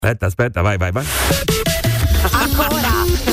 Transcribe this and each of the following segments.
Aspetta, vai. Ancora.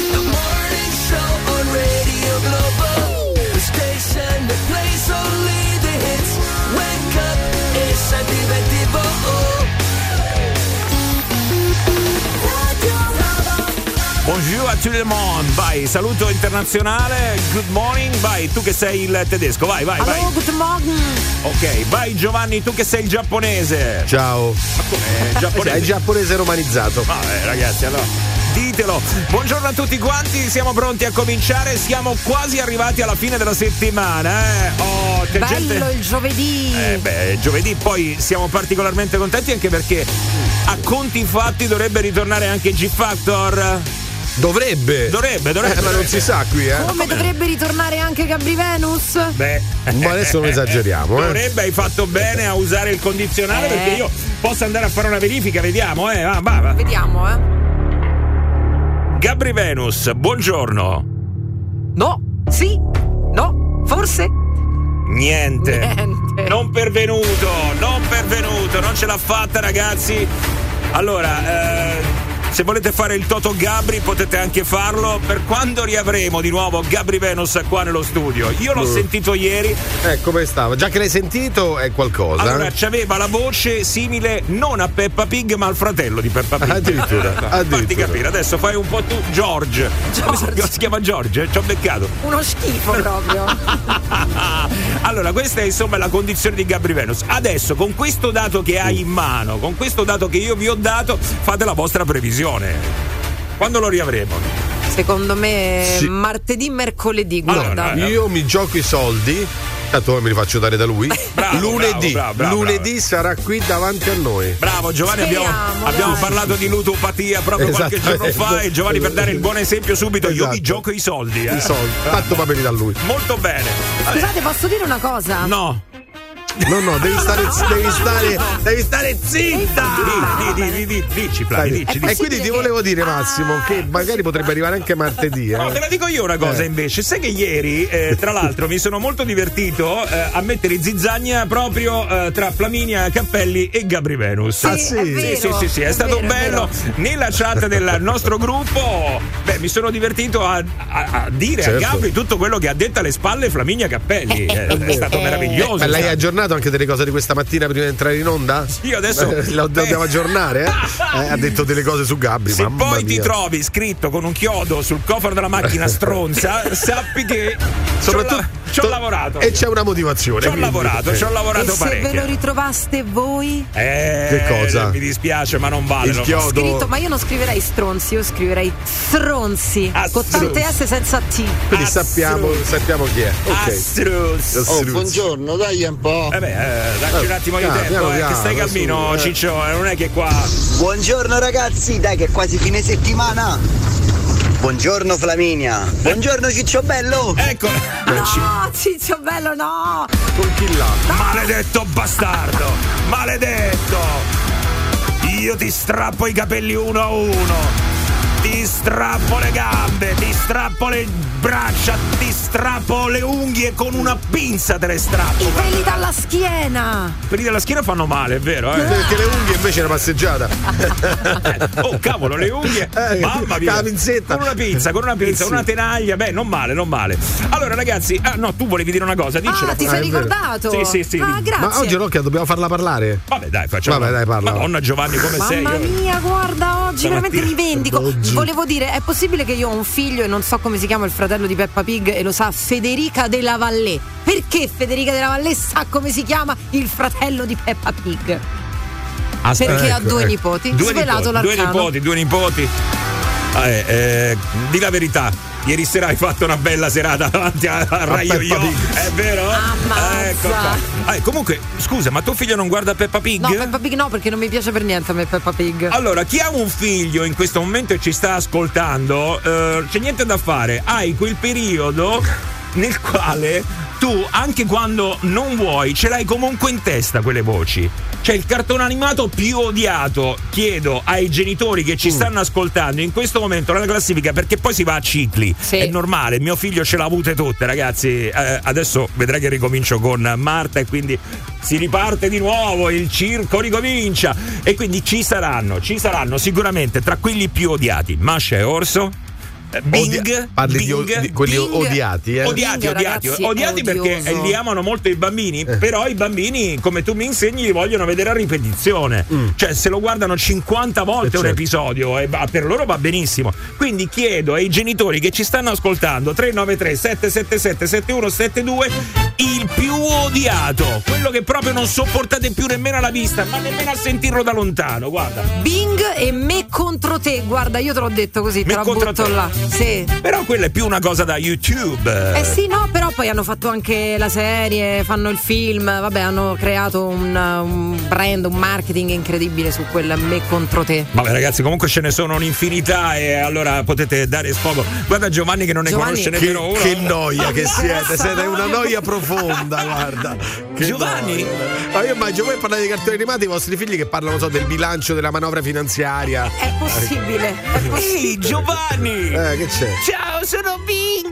Bonjour a tout le monde, vai, saluto internazionale, good morning, vai, tu che sei il tedesco, vai. Hello, good morning. Ok, vai Giovanni, tu che sei il giapponese. Ciao. Ma com'è? Giapponese? È il giapponese romanizzato. Vabbè ragazzi, allora ditelo. Buongiorno a tutti quanti, siamo pronti a cominciare, siamo quasi arrivati alla fine della settimana. Oh, c'è bello gente... il giovedì. Giovedì poi siamo particolarmente contenti anche perché a conti fatti dovrebbe ritornare anche G-Factor. Dovrebbe. Ma non si sa qui, Come dovrebbe ritornare anche Gabri Venus? Ma adesso non esageriamo, Dovrebbe, hai fatto bene a usare il condizionale perché io posso andare a fare una verifica, vediamo, va. Vediamo, Gabri Venus, buongiorno. No, sì, no, forse. Niente. Non pervenuto, non ce l'ha fatta ragazzi. Allora, se volete fare il Toto Gabri potete anche farlo. Per quando riavremo di nuovo Gabri Venus qua nello studio? Io l'ho sentito ieri. Come stava? Già che l'hai sentito è qualcosa. Allora, c'aveva la voce simile non a Peppa Pig ma al fratello di Peppa Pig. Addirittura. Fatti capire, adesso fai un po' tu. George. Si chiama George? Ci ho beccato. Uno schifo proprio. Allora, questa è insomma la condizione di Gabri Venus. Adesso, con questo dato che hai in mano, con questo dato che io vi ho dato, fate la vostra previsione. Quando lo riavremo? Secondo me martedì, mercoledì, guarda. Allora, io mi gioco i soldi. Tanto me li faccio dare da lui. Lunedì sarà qui davanti a noi. Bravo Giovanni, abbiamo parlato di ludopatia proprio qualche giorno fa e Giovanni per dare il buon esempio subito io mi gioco i soldi. I soldi. Tanto va bene da lui. Molto bene. Scusate, posso dire una cosa? No, devi stare zitta. Dici Flavio, dici. E quindi ti volevo dire Massimo che magari potrebbe arrivare anche martedì. No, te la dico io una cosa invece. Sai che ieri, tra l'altro, mi sono molto divertito a mettere zizzagna proprio tra Flaminia Cappelli e Gabri Venus. Sì, è stato bello. Nella chat del nostro gruppo, mi sono divertito a dire a Gabri tutto quello che ha detto alle spalle Flaminia Cappelli. È stato meraviglioso. Ma lei ha aggiornato anche delle cose di questa mattina prima di entrare in onda? Io adesso lo dobbiamo aggiornare, ha detto delle cose su Gabri. Se poi ti trovi scritto con un chiodo sul cofano della macchina stronza, sappi che ci ho lavorato. E c'è una motivazione. Ci ho lavorato e parecchio. Se ve lo ritrovaste voi? Che cosa? Mi dispiace, ma non vale. Il chiodo. Scritto, ma io non scriverei stronzi, io scriverei stronzi. Con tante S senza T. Quindi sappiamo chi è. Ok. Buongiorno, dai un po'. Dacci un attimo di tempo, che stai calmino, Ciccio, non è che qua. Buongiorno ragazzi, dai che è quasi fine settimana. Buongiorno Flaminia. Buongiorno Ciccio Bello. Ecco. No, Ciccio Bello, no. Con chi là? No. Maledetto bastardo. Maledetto. Io ti strappo i capelli uno a uno. Ti strappo le gambe, ti strappo le braccia, ti strappo le unghie con una pinza, te le strappo. I peli dalla schiena. I peli dalla schiena fanno male, è vero, Perché le unghie invece è una passeggiata. Oh cavolo, le unghie. Mamma mia. La pinzetta. Con una pinza, una tenaglia, non male. Allora ragazzi, no, tu volevi dire una cosa, diccela. Ti sei ricordato? Sì. Grazie. Ma oggi Rocca dobbiamo farla parlare. Vabbè dai, facciamo. Vabbè dai, parla. Madonna Giovanni, come sei? Mamma mia, guarda, oggi veramente rivendico. Volevo dire, è possibile che io ho un figlio e non so come si chiama il fratello di Peppa Pig e lo sa Federica della Vallée. Perché Federica della Vallée sa come si chiama il fratello di Peppa Pig? Perché ha due nipoti. Svelato l'arcano. Due nipoti. Di la verità. Ieri sera hai fatto una bella serata davanti a Raio Io. È vero? Ecco qua. Comunque, scusa, ma tuo figlio non guarda Peppa Pig? No, Peppa Pig no, perché non mi piace per niente a me Peppa Pig. Allora, chi ha un figlio in questo momento e ci sta ascoltando, c'è niente da fare. Hai quel periodo nel quale tu anche quando non vuoi ce l'hai comunque in testa quelle voci. Cioè il cartone animato più odiato, chiedo ai genitori che ci stanno ascoltando in questo momento nella classifica, perché poi si va a cicli, è normale, mio figlio ce l'ha avute tutte, ragazzi, adesso vedrai che ricomincio con Marta e quindi si riparte di nuovo, il circo ricomincia e quindi ci saranno sicuramente tra quelli più odiati Masha e Orso. Bing, parli Bing, di quelli Bing, odiati, odiati perché li amano molto i bambini, però i bambini, come tu mi insegni, li vogliono vedere a ripetizione, cioè se lo guardano 50 volte un episodio e per loro va benissimo. Quindi chiedo ai genitori che ci stanno ascoltando 393 777 7172 il più odiato, quello che proprio non sopportate più nemmeno alla vista, ma nemmeno a sentirlo da lontano. Guarda, Bing e Me contro te, guarda, io te l'ho detto così, te la butto là. Sì. Però quella è più una cosa da YouTube. Sì, no, però poi hanno fatto anche la serie, fanno il film, vabbè, hanno creato un brand, un marketing incredibile su quel Me contro te. Vabbè ragazzi, comunque ce ne sono un'infinità e allora potete dare sfogo. Guarda Giovanni che non ne conosce nemmeno uno. Che noia che siete una noia profonda, guarda. Giovanni? Ma io immagino voi parlate di cartoni animati, i vostri figli che parlano, del bilancio della manovra finanziaria. È possibile. Ehi Giovanni! Che c'è? Ciao, sono Bing!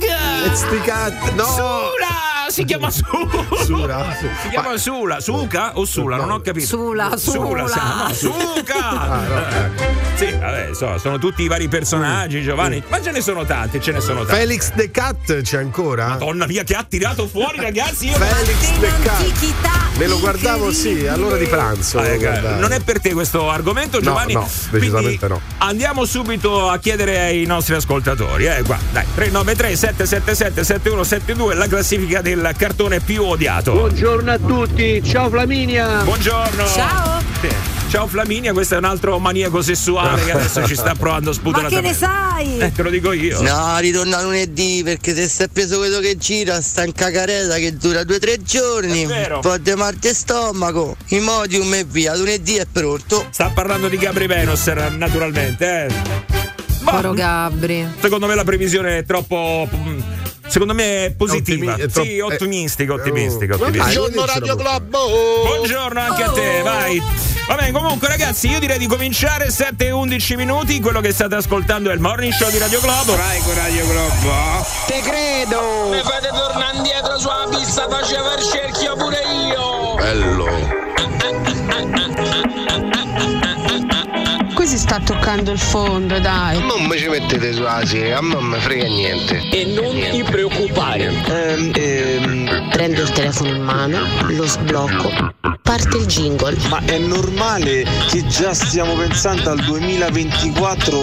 No! Sura! Si chiama Sura? Si chiama Sula. Suca o Sula? Non ho capito. Sula. No, Suca! Sì, vabbè, sono tutti i vari personaggi, Giovanni. Ma ce ne sono tanti, Felix the Cat c'è ancora? Madonna mia, che ha tirato fuori, ragazzi! Felix the Cat. Me lo guardavo, all'ora di pranzo. Non è per te questo argomento, Giovanni? No, decisamente no. Andiamo subito a chiedere ai nostri ascoltatori. Qua, dai, 393 777 7172, la classifica del cartone più odiato. Buongiorno a tutti, ciao Flaminia. Buongiorno. Ciao. Ciao Flaminia, questo è un altro maniaco sessuale che adesso ci sta provando spudoratamente. Ma che ne sai? Te lo dico io. No, ritorna lunedì perché se stai preso quello che gira sta in cacareta che dura 2-3 giorni. Un po' di mal di stomaco, Imodium e via, lunedì è pronto. Sta parlando di Gabri Venoser, naturalmente. Coro Gabri. Secondo me la previsione è troppo... Secondo me è positiva. Sì, ottimistica. Buongiorno Radio Globo. Buongiorno anche a te, vai. Va bene, comunque ragazzi, io direi di cominciare. 7-11 minuti. Quello che state ascoltando è il Morning Show di Radio Globo. Vai con Radio Globo. Te credo. Mi fate tornare indietro sulla pista, faceva il cerchio pure io. Bello. Qui si sta toccando il fondo, dai. Non mi ci mettete sulla serie, a me non mi frega niente. E non ti preoccupare. Prendo il telefono in mano, lo sblocco, parte il jingle. Ma è normale che già stiamo pensando al 2024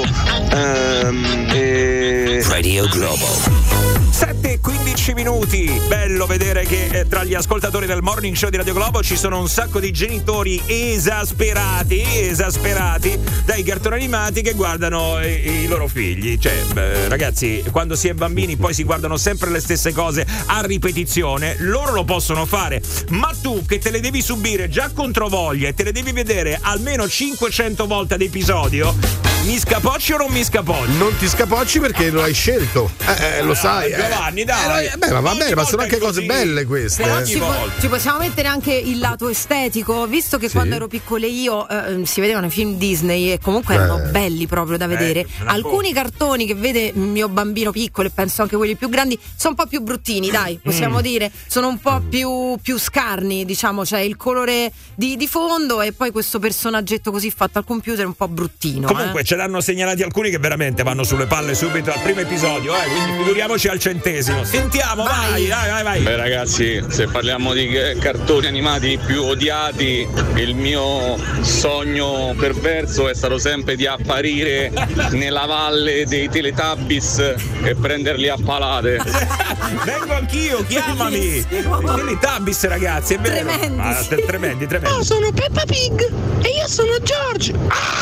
Radio Globo. 7-15 minuti. Bello vedere che tra gli ascoltatori del Morning Show di Radio Globo ci sono un sacco di genitori esasperati dai cartoni animati che guardano i loro figli. Cioè, ragazzi, quando si è bambini poi si guardano sempre le stesse cose a ripetizione. Loro lo possono fare, ma tu che te le devi subire già controvoglia e te le devi vedere almeno 500 volte ad episodio, mi scapocci o non mi scapocci? Non ti scapocci perché lo hai scelto. Lo sai. Giovanni, dai. Ma va bene, ma sono anche cose belle queste. Però ci possiamo mettere anche il lato estetico, visto che quando ero piccole io si vedevano i film Disney e comunque erano belli proprio da vedere. Alcuni cartoni che vede mio bambino piccolo e penso anche quelli più grandi sono un po' più bruttini, dai, possiamo dire. Sono un po' più scarni, diciamo, cioè il colore di fondo e poi questo personaggetto così fatto al computer un po' bruttino. Comunque ce l'hanno segnalati alcuni che veramente vanno sulle palle subito al primo episodio, quindi figuriamoci al 100°. Sentiamo, vai. Beh ragazzi, se parliamo di cartoni animati più odiati, il mio sogno perverso è stato sempre di apparire nella valle dei Teletubbies e prenderli a palate. Vengo anch'io, chiamami. Teletubbies, ragazzi, è vero. Tremendi. Sono Peppa Pig e io sono George.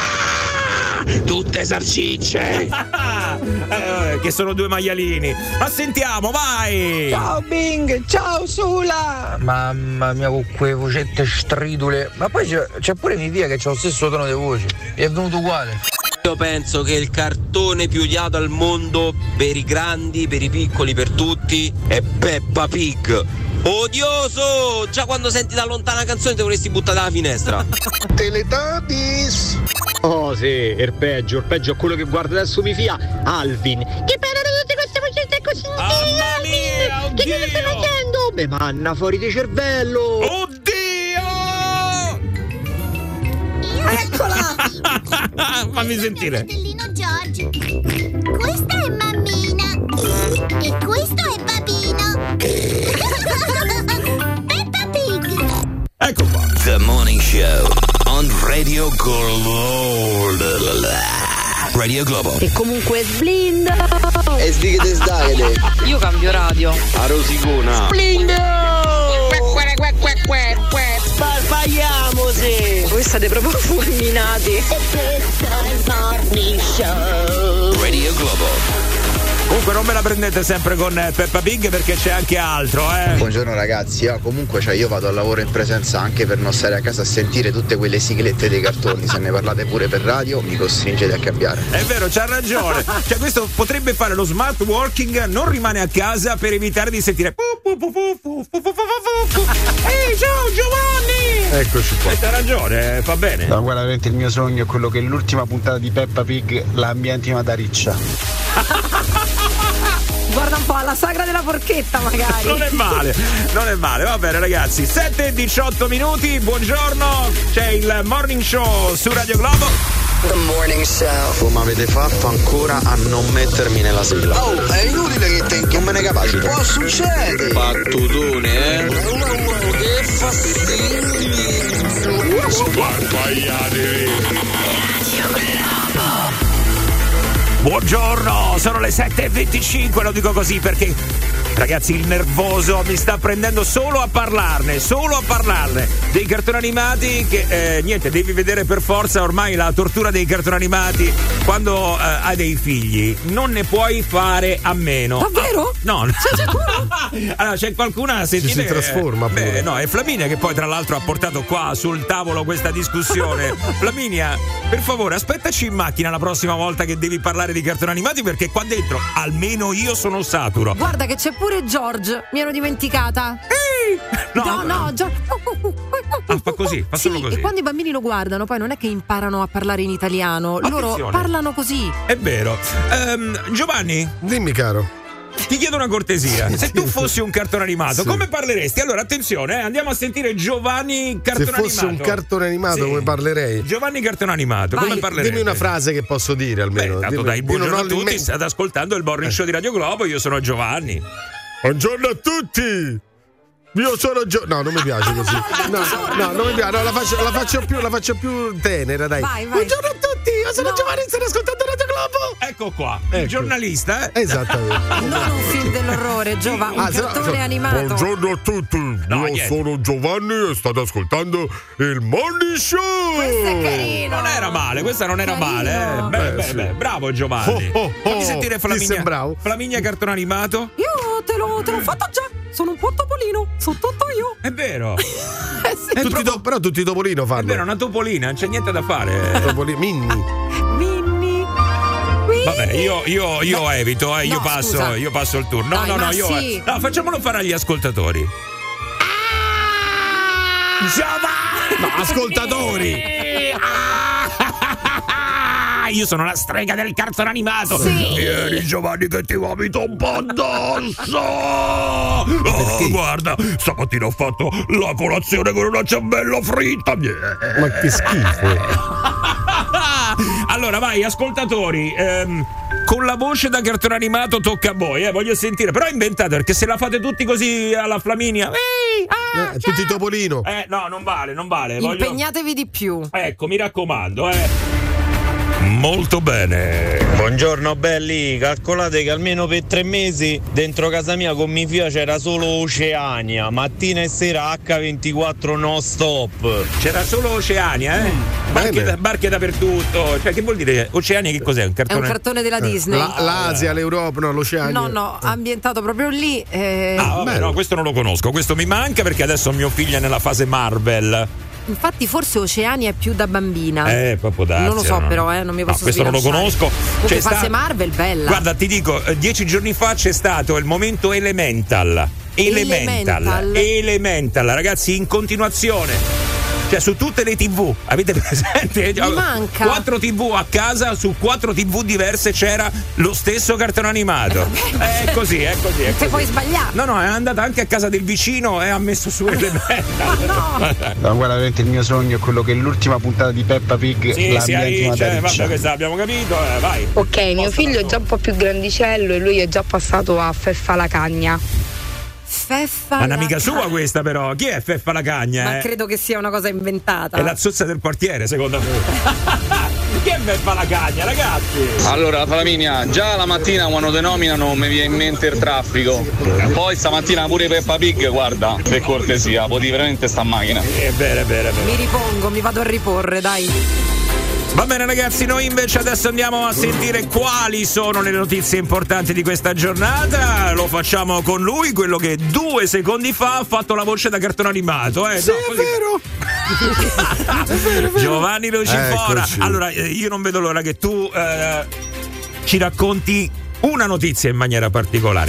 Tutte salsicce. Che sono due maialini. Ma sentiamo, vai. Ciao Bing, ciao Sula. Mamma mia, con quelle vocette stridule. Ma poi c'è pure mia figlia che ha lo stesso tono di voce. È venuto uguale. Io penso che il cartone più odiato al mondo, per i grandi, per i piccoli, per tutti, è Peppa Pig. Odioso! Già quando senti da lontana la canzone ti vorresti buttare dalla finestra. Teletubbies. Oh sì, il peggio è quello che guarda adesso mi fia Alvin. Che parlano tutte queste vocette così. Alvin, che cosa stai facendo? Beh, manna fuori di cervello. Oddio! Eccola! Fammi sentire. Fratellino George. Questa è mammina. E questo è babino. Peppa Pig. Ecco qua. The Morning Show on Radio Globo. Radio Globo. E comunque sblindo. E svighete sdagate. Io cambio radio. A Rosicona. Sblindo. Sparpagliamoci. Voi state proprio fulminati. E questo è il Morning Show. Radio Globo. Comunque non me la prendete sempre con Peppa Pig perché c'è anche altro, Buongiorno ragazzi, comunque io vado al lavoro in presenza anche per non stare a casa a sentire tutte quelle siglette dei cartoni. Se ne parlate pure per radio mi costringete a cambiare. È vero, c'ha ragione. Cioè questo potrebbe fare lo smart working, non rimane a casa per evitare di sentire. Ehi, ciao Giovanni! Eccoci qua. C'ha ragione, fa bene. No, guarda, veramente il mio sogno è quello che l'ultima puntata di Peppa Pig la ambientino da riccia. Guarda un po' alla sagra della forchetta magari. Non è male. Va bene ragazzi, 7:18 minuti, buongiorno. C'è il Morning Show su Radio Globo. The Morning Show. Come avete fatto ancora a non mettermi nella sigla? Oh, è inutile che te non me ne capaci. Può succedere. Battutone, Che fastidio. Sparpagliatevi. Buongiorno, sono le 7:25, lo dico così perché ragazzi il nervoso mi sta prendendo solo a parlarne dei cartoni animati che niente, devi vedere per forza ormai la tortura dei cartoni animati quando hai dei figli, non ne puoi fare a meno. Davvero? No. Allora c'è qualcuna sentite, si trasforma pure. No, è Flaminia che poi tra l'altro ha portato qua sul tavolo questa discussione. Flaminia, per favore aspettaci in macchina la prossima volta che devi parlare di cartoni animati perché qua dentro almeno io sono saturo. Guarda che c'è pure George, mi ero dimenticata. No, George. Fa così, fa solo così. E quando i bambini lo guardano poi non è che imparano a parlare in italiano, Attenzione. loro parlano così. È vero. Giovanni, dimmi caro. Ti chiedo una cortesia. Se tu fossi un cartone animato, come parleresti? Allora, attenzione, andiamo a sentire Giovanni cartone animato. Se fosse un cartone animato, come parlerei? Giovanni cartone animato, come parleresti? Dimmi una frase che posso dire almeno. Tanto dai, buongiorno a tutti, state ascoltando il Morning Show di Radio Globo, io sono Giovanni. Buongiorno a tutti! Io sono No, non mi piace così. No, non mi piace. No, la faccio più tenera, dai. Vai. Buongiorno a tutti, io sono Giovanni, state ascoltando Radio Globo. Ecco qua, il giornalista, Esattamente. Non un film dell'orrore, Giovanni, un cartone animato. Buongiorno a tutti, io sono Giovanni e state ascoltando il Morning Show. Questo è carino. Non era male, questa non era male. Beh, bravo Giovanni. Fammi sentire Flaminia. Bravo. Flaminia cartone animato. Io te l'ho fatto già. Sono un po' topolino, sono tutto io. È vero. Però tutti i topolino fanno. È vero, una topolina, non c'è niente da fare. Minni. Vabbè, io evito, io passo il turno. No, facciamolo fare agli ascoltatori. Giovanni! No, ascoltatori! Io sono la strega del cartone animato. Sì. Vieni Giovanni che ti vomito un po' addosso. Guarda, stamattina ho fatto la colazione con una ciambella fritta. Ma che schifo. Allora vai ascoltatori, con la voce da cartone animato tocca a voi, voglio sentire. Però inventate, perché se la fate tutti così alla Flaminia, tutti topolino. No, non vale. Impegnatevi di più. Ecco, mi raccomando, Molto bene. Buongiorno belli, calcolate che almeno per 3 mesi dentro casa mia con mia figlia c'era solo Oceania, mattina e sera H24 non stop. C'era solo Oceania, barche dappertutto. Cioè, che vuol dire Oceania? Che cos'è? Un cartone? È un cartone della Disney. L'Asia, l'Europa, no, l'Oceania. No, ambientato proprio lì. No, questo non lo conosco, questo mi manca perché adesso mio figlio è nella fase Marvel. infatti forse Oceania è più da bambina. Proprio da. Non lo so, però, non mi posso questo non lo conosco. Comunque fase Marvel bella. Guarda, ti dico, 10 giorni fa c'è stato il momento Elemental, ragazzi, in continuazione. Cioè, su tutte le TV, avete presente? Mi manca. 4 TV a casa, su 4 TV diverse c'era lo stesso cartone animato. È così. Te puoi sbagliare. No, è andata anche a casa del vicino e ha messo su Elemental. No, guarda, veramente il mio sogno è quello che l'ultima puntata di Peppa Pig vabbè, questa abbiamo capito, vai. Ok, mio figlio è già un po' più grandicello e lui è già passato a Feffa la Cagna. Feffa è un'amica sua questa, però. Chi è Feffa la Cagna? Ma credo che sia una cosa inventata. È la zozza del quartiere, secondo me. Chi è Feffa la Cagna, ragazzi? Allora, Flaminia, già la mattina quando te nominano mi viene in mente il traffico. Poi stamattina pure Peppa Pig, guarda, per cortesia, potevi veramente sta macchina. È vero. Mi ripongo, mi vado a riporre, dai. Va bene, ragazzi, noi invece adesso andiamo a sentire quali sono le notizie importanti di questa giornata. Lo facciamo con lui, quello che 2 secondi fa ha fatto la voce da cartone animato. Sì, è vero. È vero. Giovanni Lucifora. Allora, io non vedo l'ora che tu ci racconti una notizia in maniera particolare.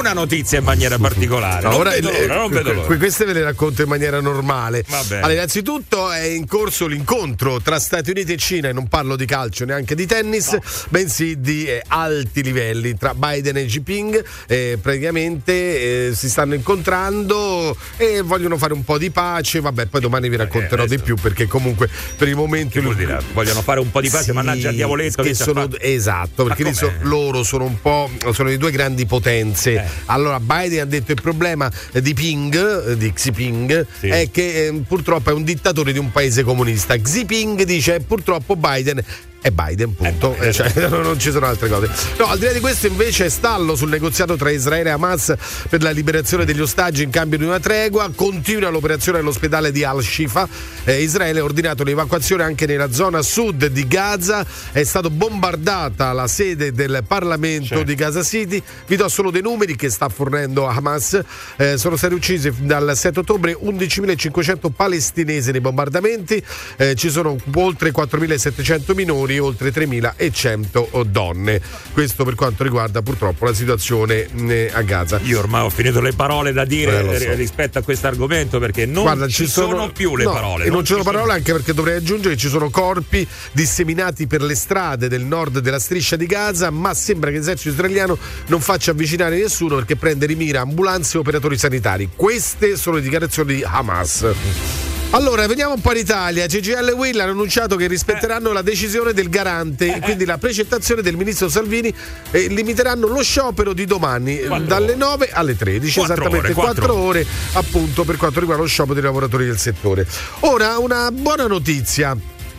Non vedo l'ora. Queste ve le racconto in maniera normale. Allora, innanzitutto è in corso l'incontro tra Stati Uniti e Cina, e non parlo di calcio, neanche di tennis, bensì di alti livelli tra Biden e Xi Jinping. Praticamente si stanno incontrando e vogliono fare un po' di pace. Vabbè, poi domani vi racconterò di più, perché comunque per il momento vogliono fare un po' di pace, mannaggia il diavoletto che esatto, perché loro sono un po', sono le due grandi potenze. Allora Biden ha detto il problema di Xi Jinping è che purtroppo è un dittatore di un paese comunista. Xi Jinping dice purtroppo Biden è Biden, punto. Cioè, non ci sono altre cose. No, al di là di questo invece è stallo sul negoziato tra Israele e Hamas per la liberazione degli ostaggi in cambio di una tregua. Continua l'operazione all'ospedale di Al-Shifa. Israele ha ordinato l'evacuazione anche nella zona sud di Gaza. È stata bombardata la sede del Parlamento di Gaza City. Vi do solo dei numeri che sta fornendo Hamas. Sono stati uccisi dal 7 ottobre 11.500 palestinesi nei bombardamenti. Ci sono oltre 4.700 minori, oltre 3.100 donne. Questo per quanto riguarda purtroppo la situazione a Gaza. Io ormai ho finito le parole da dire rispetto a questo argomento, perché non ci sono più le parole. E non ci sono parole, anche perché dovrei aggiungere che ci sono corpi disseminati per le strade del nord della striscia di Gaza, ma sembra che l'esercito israeliano non faccia avvicinare nessuno perché prende di mira ambulanze e operatori sanitari. Queste sono le dichiarazioni di Hamas. Allora, veniamo un po' in Italia. CGIL e Will hanno annunciato che rispetteranno la decisione del garante, quindi la precettazione del ministro Salvini, limiteranno lo sciopero di domani dalle 9 alle 13, esattamente 4 ore appunto per quanto riguarda lo sciopero dei lavoratori del settore. Ora, una buona notizia.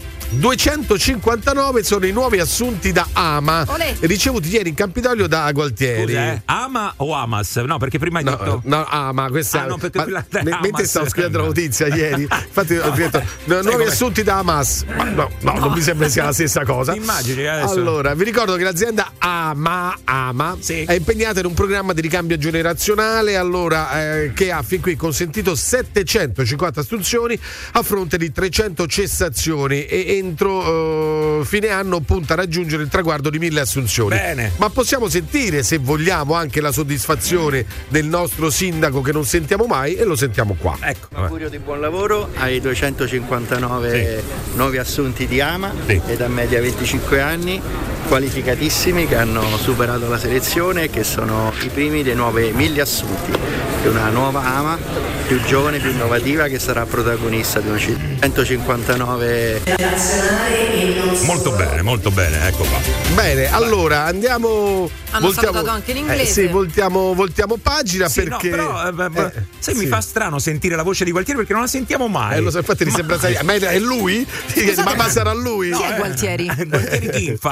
259 sono i nuovi assunti da Ama, ricevuti ieri in Campidoglio da Gualtieri. Scusa, Ama o Hamas? No, perché prima hai detto Ama, questa mentre stavo scrivendo la notizia ieri, infatti ho detto nuovi assunti da Hamas. Ma no, non mi sembra sia la stessa cosa. Immagini adesso. Allora, vi ricordo che l'azienda Ama è impegnata in un programma di ricambio generazionale, che ha fin qui consentito 750 assunzioni a fronte di 300 cessazioni, e entro fine anno punta a raggiungere il traguardo di 1000 assunzioni. Bene. Ma possiamo sentire, se vogliamo, anche la soddisfazione del nostro sindaco, che non sentiamo mai, e lo sentiamo qua. Ecco. Un augurio di buon lavoro ai 259 nuovi assunti di Ama, età media 25 anni, qualificatissimi, che hanno superato la selezione e che sono i primi dei nuovi 1000 assunti. È una nuova Ama più giovane, più innovativa, che sarà protagonista di una 159. Molto bene, ecco qua. Bene, allora andiamo. Hanno salutato anche in inglese. Voltiamo pagina, perché. No, però, mi fa strano sentire la voce di Gualtieri, perché non la sentiamo mai. Lo so, infatti mi sembra. Ma è lui? Ma sarà lui? Chi è Gualtieri? Gualtieri chi, infatti?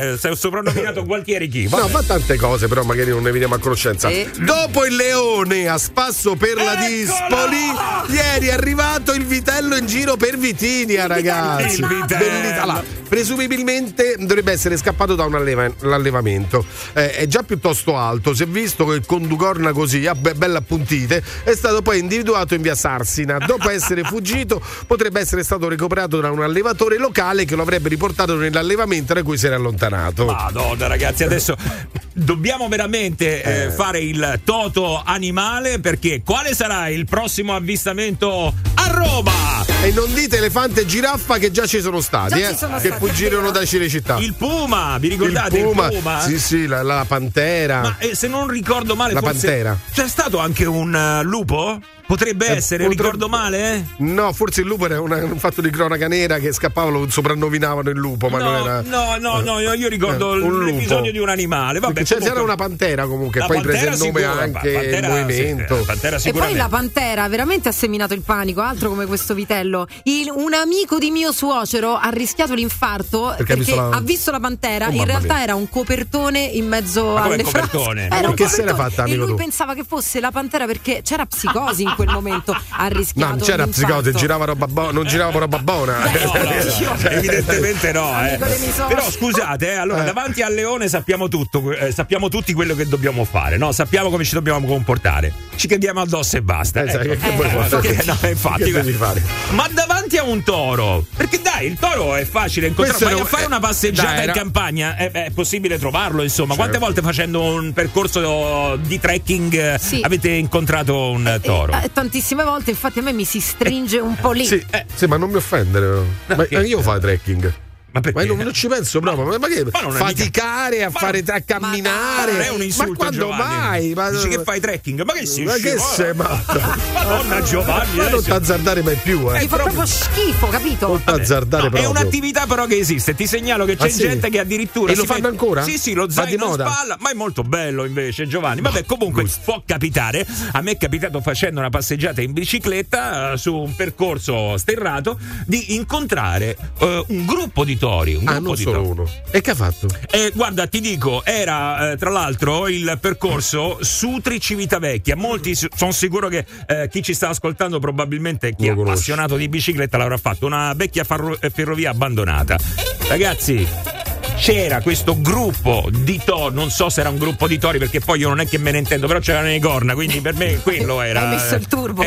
sei soprannominato Gualtieri chi? No, fa tante cose, però magari non ne veniamo a conoscenza. Dopo il leone a spasso per la Dispoli, ieri è arrivato il vitello in giro per Vitinia, ragazzi. Allora, presumibilmente dovrebbe essere scappato da un allevamento. È già piuttosto alto, si è visto che con due corna così, belle appuntite, è stato poi individuato in via Sarsina. Dopo essere fuggito, potrebbe essere stato recuperato da un allevatore locale che lo avrebbe riportato nell'allevamento da cui si era allontanato. Madonna, ragazzi, adesso dobbiamo veramente fare il toto animale, perché quale sarà il prossimo avvistamento a Roma? E non dite elefante e giraffa, che già ci sono stati, che fuggirono da Cinecittà. Il puma, vi ricordate il puma? Sì, la pantera. Ma se non ricordo male, la forse pantera. C'è stato anche un lupo? Potrebbe essere, ricordo male? No, forse il lupo era un fatto di cronaca nera, che scappavano, lo soprannominavano il lupo, ma non era. No, io ricordo l'episodio di un animale. Vabbè, c'era una pantera comunque, poi prese il nome anche il movimento. E poi la pantera veramente ha seminato il panico, altro come questo vitello. Un amico di mio suocero ha rischiato l'infarto perché ha visto la pantera. In realtà era un copertone in mezzo alle frasi. Che se l'ha fatta, amico? E lui pensava che fosse la pantera perché c'era psicosi in quel momento, ha rischiato. No, non c'era psicosi, non girava roba buona. Evidentemente no. Però scusate, allora davanti al leone sappiamo tutti quello che dobbiamo fare, no? Sappiamo come ci dobbiamo comportare. Ci caghiamo addosso e basta. Infatti. Ma davanti a un toro, perché dai, il toro è facile incontrare. Vai a fare una passeggiata in campagna, è possibile trovarlo, insomma. Quante volte facendo un percorso di trekking avete incontrato un toro? Tantissime volte, infatti a me mi si stringe un po' lì. Sì, ma non mi offendere. Ma io faccio trekking. Ma perché? Ma non ci penso proprio. Ma che faticare a camminare? Non è un insulto, ma quando Giovanni. mai? Dici che fai trekking? Ma che sei? Ma che sei matta? Madonna Giovanni, ma non t'azzardare mai più, Mi fa proprio schifo, capito? Non t'azzardare proprio. È un'attività però che esiste. Ti segnalo che c'è gente che addirittura lo fanno ancora? Sì, lo zaino in spalla, ma è molto bello invece, Giovanni. Vabbè, comunque può capitare. A me è capitato, facendo una passeggiata in bicicletta su un percorso sterrato, di incontrare un gruppo di tori. Non solo uno. E che ha fatto? Guarda, ti dico, era tra l'altro il percorso Sutri Civitavecchia. Molti sono sicuro che chi ci sta ascoltando, probabilmente chi è appassionato di bicicletta, l'avrà fatto. Una vecchia ferrovia abbandonata. Ragazzi, c'era questo gruppo di tori, non so se era un gruppo di tori, perché poi io non è che me ne intendo, però c'erano le corna, quindi per me quello era. Hai messo il turbo,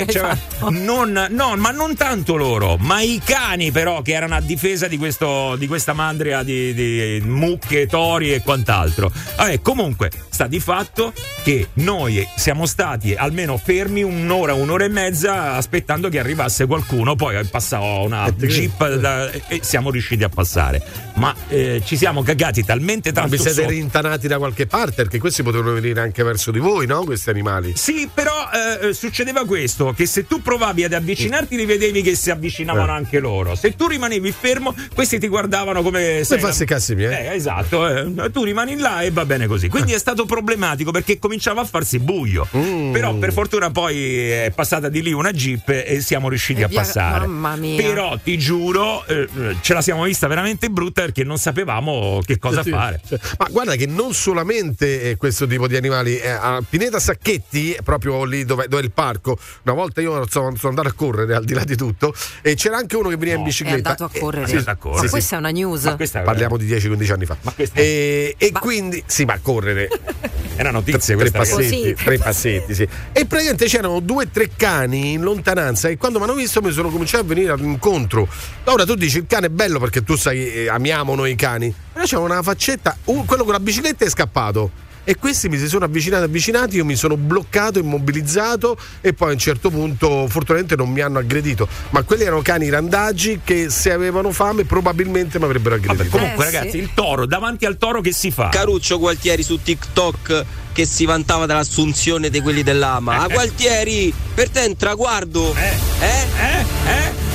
ma non tanto loro, ma i cani però, che erano a difesa di questa mandria di mucche, tori e quant'altro. Vabbè, comunque sta di fatto che noi siamo stati almeno fermi un'ora e mezza aspettando che arrivasse qualcuno, poi passava una jeep e siamo riusciti a passare, ma ci siamo cagati talmente tanto. Ma vi siete rintanati da qualche parte, perché questi potevano venire anche verso di voi, no? Questi animali. Sì, però succedeva questo, che se tu provavi ad avvicinarti, li vedevi che si avvicinavano anche loro. Se tu rimanevi fermo, questi ti guardavano come se fassi cazzi miei. Esatto, tu rimani là e va bene così. Quindi è stato problematico, perché cominciava a farsi buio. Però per fortuna poi è passata di lì una jeep e siamo riusciti a passare. Mamma mia. Però ti giuro, ce la siamo vista veramente brutta, perché non sapevamo che cosa fare. Ma guarda che non solamente questo tipo di animali, a Pineta Sacchetti, proprio lì dove è il parco, una volta io sono andato a correre al di là di tutto, e c'era anche uno che veniva in bicicletta. È andato a correre. Ma questa è una news. Parliamo di 10-15 anni fa. Quindi ma correre. È una notizia, tre passetti, sì. E praticamente c'erano 2-3 cani in lontananza, e quando mi hanno visto mi sono cominciato a venire all'incontro. Ora tu dici il cane è bello perché tu sai, amiamo noi i cani, però c'era una faccetta, quello con la bicicletta è scappato. E questi mi si sono avvicinati, io mi sono bloccato, immobilizzato, e poi a un certo punto fortunatamente non mi hanno aggredito, ma quelli erano cani randaggi che, se avevano fame, probabilmente mi avrebbero aggredito. Vabbè, comunque ragazzi, il toro, davanti al toro che si fa? Caruccio Gualtieri su TikTok che si vantava dell'assunzione di quelli dell'AMA. Gualtieri, per te è un traguardo?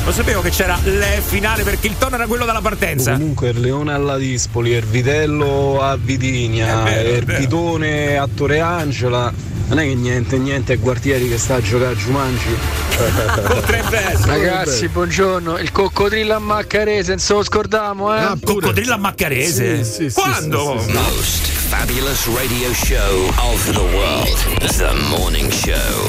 Lo sapevo che c'era le finale perché il tono era quello della partenza. Comunque il Leone alla Dispoli, il Vitello a Vitigna, il Pitone a Torre Angela. Non è che niente è Guartieri che sta a giocare a Giumanci. Potrebbe essere. Ragazzi, buongiorno. Il coccodrillo a Maccarese, non se lo scordiamo, coccodrillo a Maccarese? Sì, quando? Most fabulous radio show of the world. The Morning Show.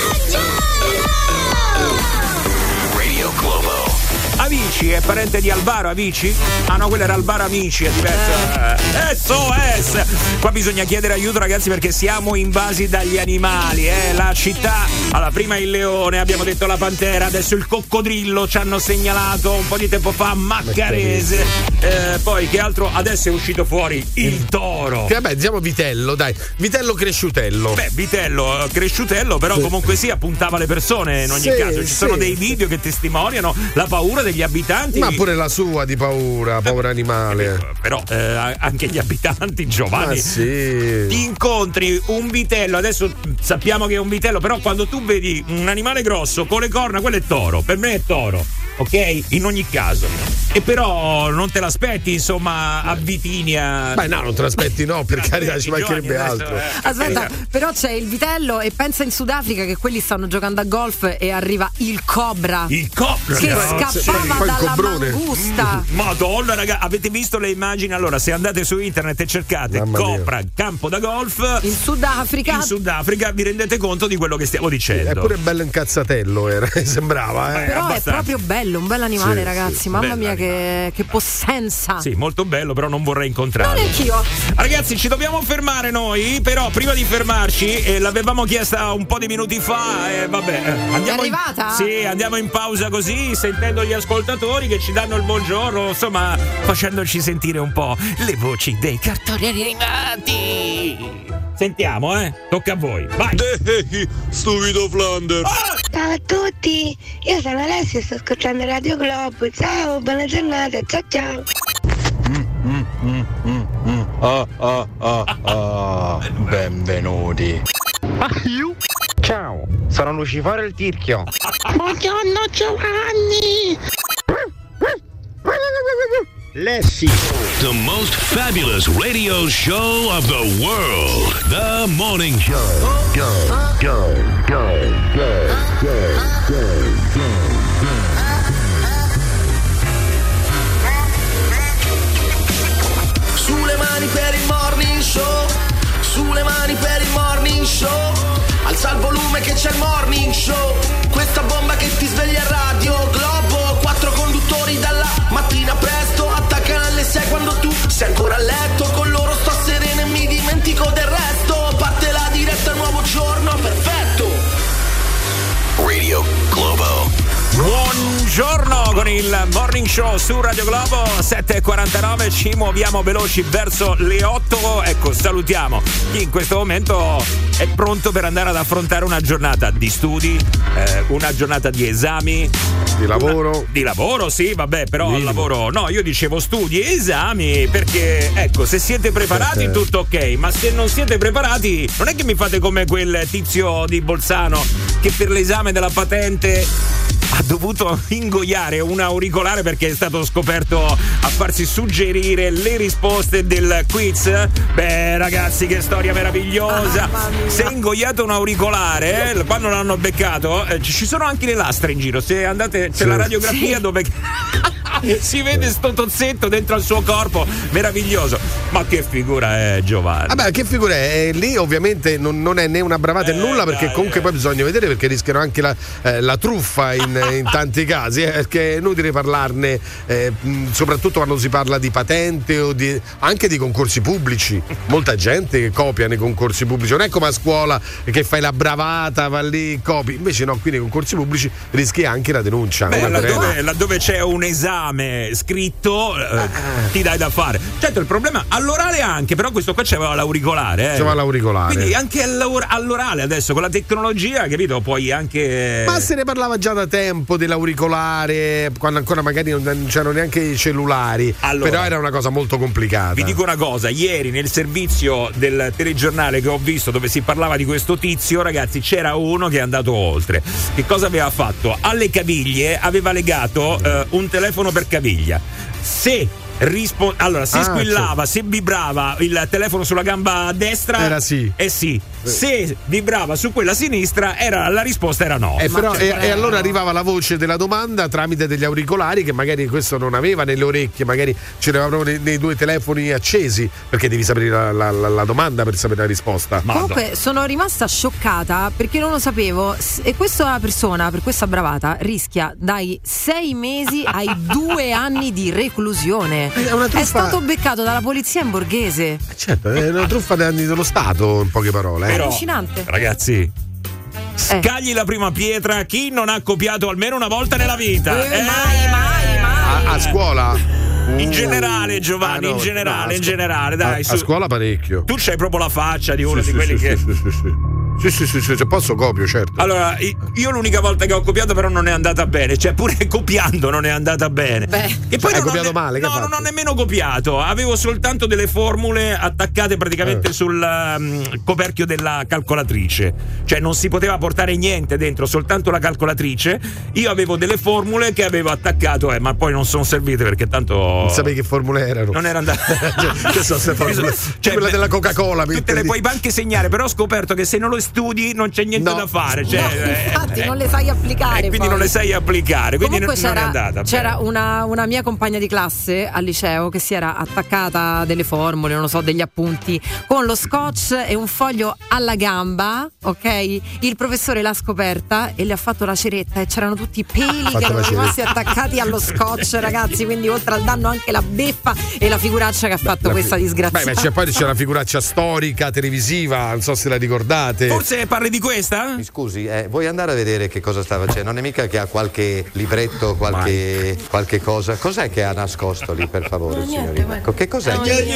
Radio Globo. Avici è parente di Alvaro Avici? Ah no, quello era Alvaro Amici, è diverso. SOS! Qua bisogna chiedere aiuto, ragazzi, perché siamo invasi dagli animali, La città, allora prima il leone, abbiamo detto la pantera, adesso il coccodrillo, ci hanno segnalato un po' di tempo fa Maccarese. Poi che altro? Adesso è uscito fuori il toro. Che vabbè, diciamo vitello, dai. Vitello cresciutello. Beh, vitello cresciutello, però comunque sia puntava le persone in ogni caso. Ci sono dei video che testimoniano la paura degli abitanti. Ma pure la sua di paura, povero animale. Però anche gli abitanti, Giovanni. Ti incontri un vitello, adesso sappiamo che è un vitello, però quando tu vedi un animale grosso con le corna, quello è toro. Per me è toro. Ok? In ogni caso. E però non te l'aspetti, insomma, a Vitinia. Beh, no, non te l'aspetti, no, per carità, ci mancherebbe altro. Aspetta, però c'è il vitello e pensa in Sudafrica che quelli stanno giocando a golf e arriva il cobra. Il cobra che scappava dalla mangusta. Madonna, raga, avete visto le immagini? Allora, se andate su internet e cercate cobra, campo da golf in Sudafrica, vi rendete conto di quello che stiamo dicendo. È pure bello incazzatello, sembrava, Però è proprio bello, un bel animale, ragazzi. Mamma mia, che possenza. Sì, molto bello, però non vorrei incontrarlo. Non anch'io. Ragazzi, ci dobbiamo fermare noi, però prima di fermarci, l'avevamo chiesta un po' di minuti fa, andiamo. È arrivata? Sì, andiamo in pausa così, sentendo gli ascoltatori che ci danno il buongiorno, insomma, facendoci sentire un po' le voci dei cartoni animati. Sentiamo, tocca a voi. Vai. Stupido Flander. Ciao a tutti, io sono Alessia e sto ascoltando Radio Globo. Ciao, buona giornata, ciao. Benvenuti. Ciao, sono Lucifero il Tirchio. Buongiorno Giovanni. Lessi. The most fabulous radio show of the world. The Morning Show. Sulle mani per il morning show. Sulle mani per il morning show. Alza il volume che c'è il morning show. Questa bomba che ti sveglia a Radio Globo. 4 conduttori dalla mattina presto. Attaccano alle 6 quando tu sei ancora a letto. Con loro sto sereno e mi dimentico del resto. Parte la diretta, nuovo giorno, perfetto. Radio Globo. Buongiorno con il Morning Show su Radio Globo, 7.49, ci muoviamo veloci verso le 8. Ecco, salutiamo chi in questo momento è pronto per andare ad affrontare una giornata di studi, una giornata di esami, di lavoro. Di lavoro, sì, vabbè, però al lavoro no, io dicevo studi e esami, perché ecco, se siete preparati tutto ok, ma se non siete preparati non è che mi fate come quel tizio di Bolzano che per l'esame della patente ha dovuto ingoiare un auricolare perché è stato scoperto a farsi suggerire le risposte del quiz. Beh, ragazzi, che storia meravigliosa. Se è ingoiato un auricolare, quando l'hanno beccato, ci sono anche le lastre in giro. Se andate, c'è la radiografia dove si vede sto tozzetto dentro al suo corpo, meraviglioso. Ma che figura è Giovanni? Vabbè, che figura è? Lì ovviamente non è né una bravata né nulla, perché comunque poi bisogna vedere, perché rischiano anche la truffa in tanti casi, perché è inutile parlarne, soprattutto quando si parla di patente o anche di concorsi pubblici. Molta gente che copia nei concorsi pubblici, non è come a scuola che fai la bravata, va lì, copi. Invece no, qui nei concorsi pubblici rischi anche la denuncia. Beh, laddove c'è un esame esame scritto ti dai da fare. Certo, il problema all'orale anche, però questo qua c'aveva l'auricolare. C'aveva l'auricolare. Quindi anche all'orale adesso con la tecnologia, capito, puoi anche. Ma se ne parlava già da tempo dell'auricolare, quando ancora magari non c'erano neanche i cellulari. Allora, però era una cosa molto complicata. Vi dico una cosa, ieri nel servizio del telegiornale che ho visto dove si parlava di questo tizio, ragazzi, c'era uno che è andato oltre. Che cosa aveva fatto? Alle caviglie aveva legato un telefono per caviglia. Se squillava, se vibrava il telefono sulla gamba destra era sì. Sì. Se vibrava su quella sinistra la risposta era no. E allora arrivava la voce della domanda tramite degli auricolari che magari questo non aveva nelle orecchie, magari ce l'avevano nei due telefoni accesi, perché devi sapere la domanda per sapere la risposta. Comunque sono rimasta scioccata perché non lo sapevo, e questa persona per questa bravata rischia dai 6 mesi ai 2 anni di reclusione. È stato beccato dalla polizia in Borghese. Certo, è una truffa dello Stato, in poche parole. È allucinante. Ragazzi, scagli la prima pietra chi non ha copiato almeno una volta nella vita. Mai. A scuola? In generale, Giovanni, in generale, dai. A scuola parecchio. Tu c'hai proprio la faccia di uno di quelli che. Sì, se posso copio, certo. Allora, io l'unica volta che ho copiato però non è andata bene, cioè pure copiando non è andata bene. E poi hai copiato male? No, non ho nemmeno copiato, avevo soltanto delle formule attaccate praticamente sul coperchio della calcolatrice, cioè non si poteva portare niente dentro, soltanto la calcolatrice. Io avevo delle formule che avevo attaccato, ma poi non sono servite perché tanto. Non sapevi che formule erano? Non era andata. Che sono queste formule? Quella della Coca-Cola. Tu te le puoi anche segnare, però ho scoperto che se non lo studi non c'è niente da fare, infatti non le sai applicare e quindi poi. Non le sai applicare, quindi comunque non è andata. C'era una mia compagna di classe al liceo che si era attaccata delle formule, non lo so, degli appunti con lo scotch e un foglio alla gamba, ok? Il professore l'ha scoperta e le ha fatto la ceretta e c'erano tutti i peli che erano rimasti attaccati allo scotch, ragazzi, quindi oltre al danno anche la beffa e la figuraccia che ha fatto questa disgrazia. Poi c'è una figuraccia storica televisiva, non so se la ricordate. Forse parli di questa? Mi scusi, vuoi andare a vedere che cosa sta facendo? Non è mica che ha qualche libretto, qualche cosa? Cos'è che ha nascosto lì, per favore, signorina? Che cos'è?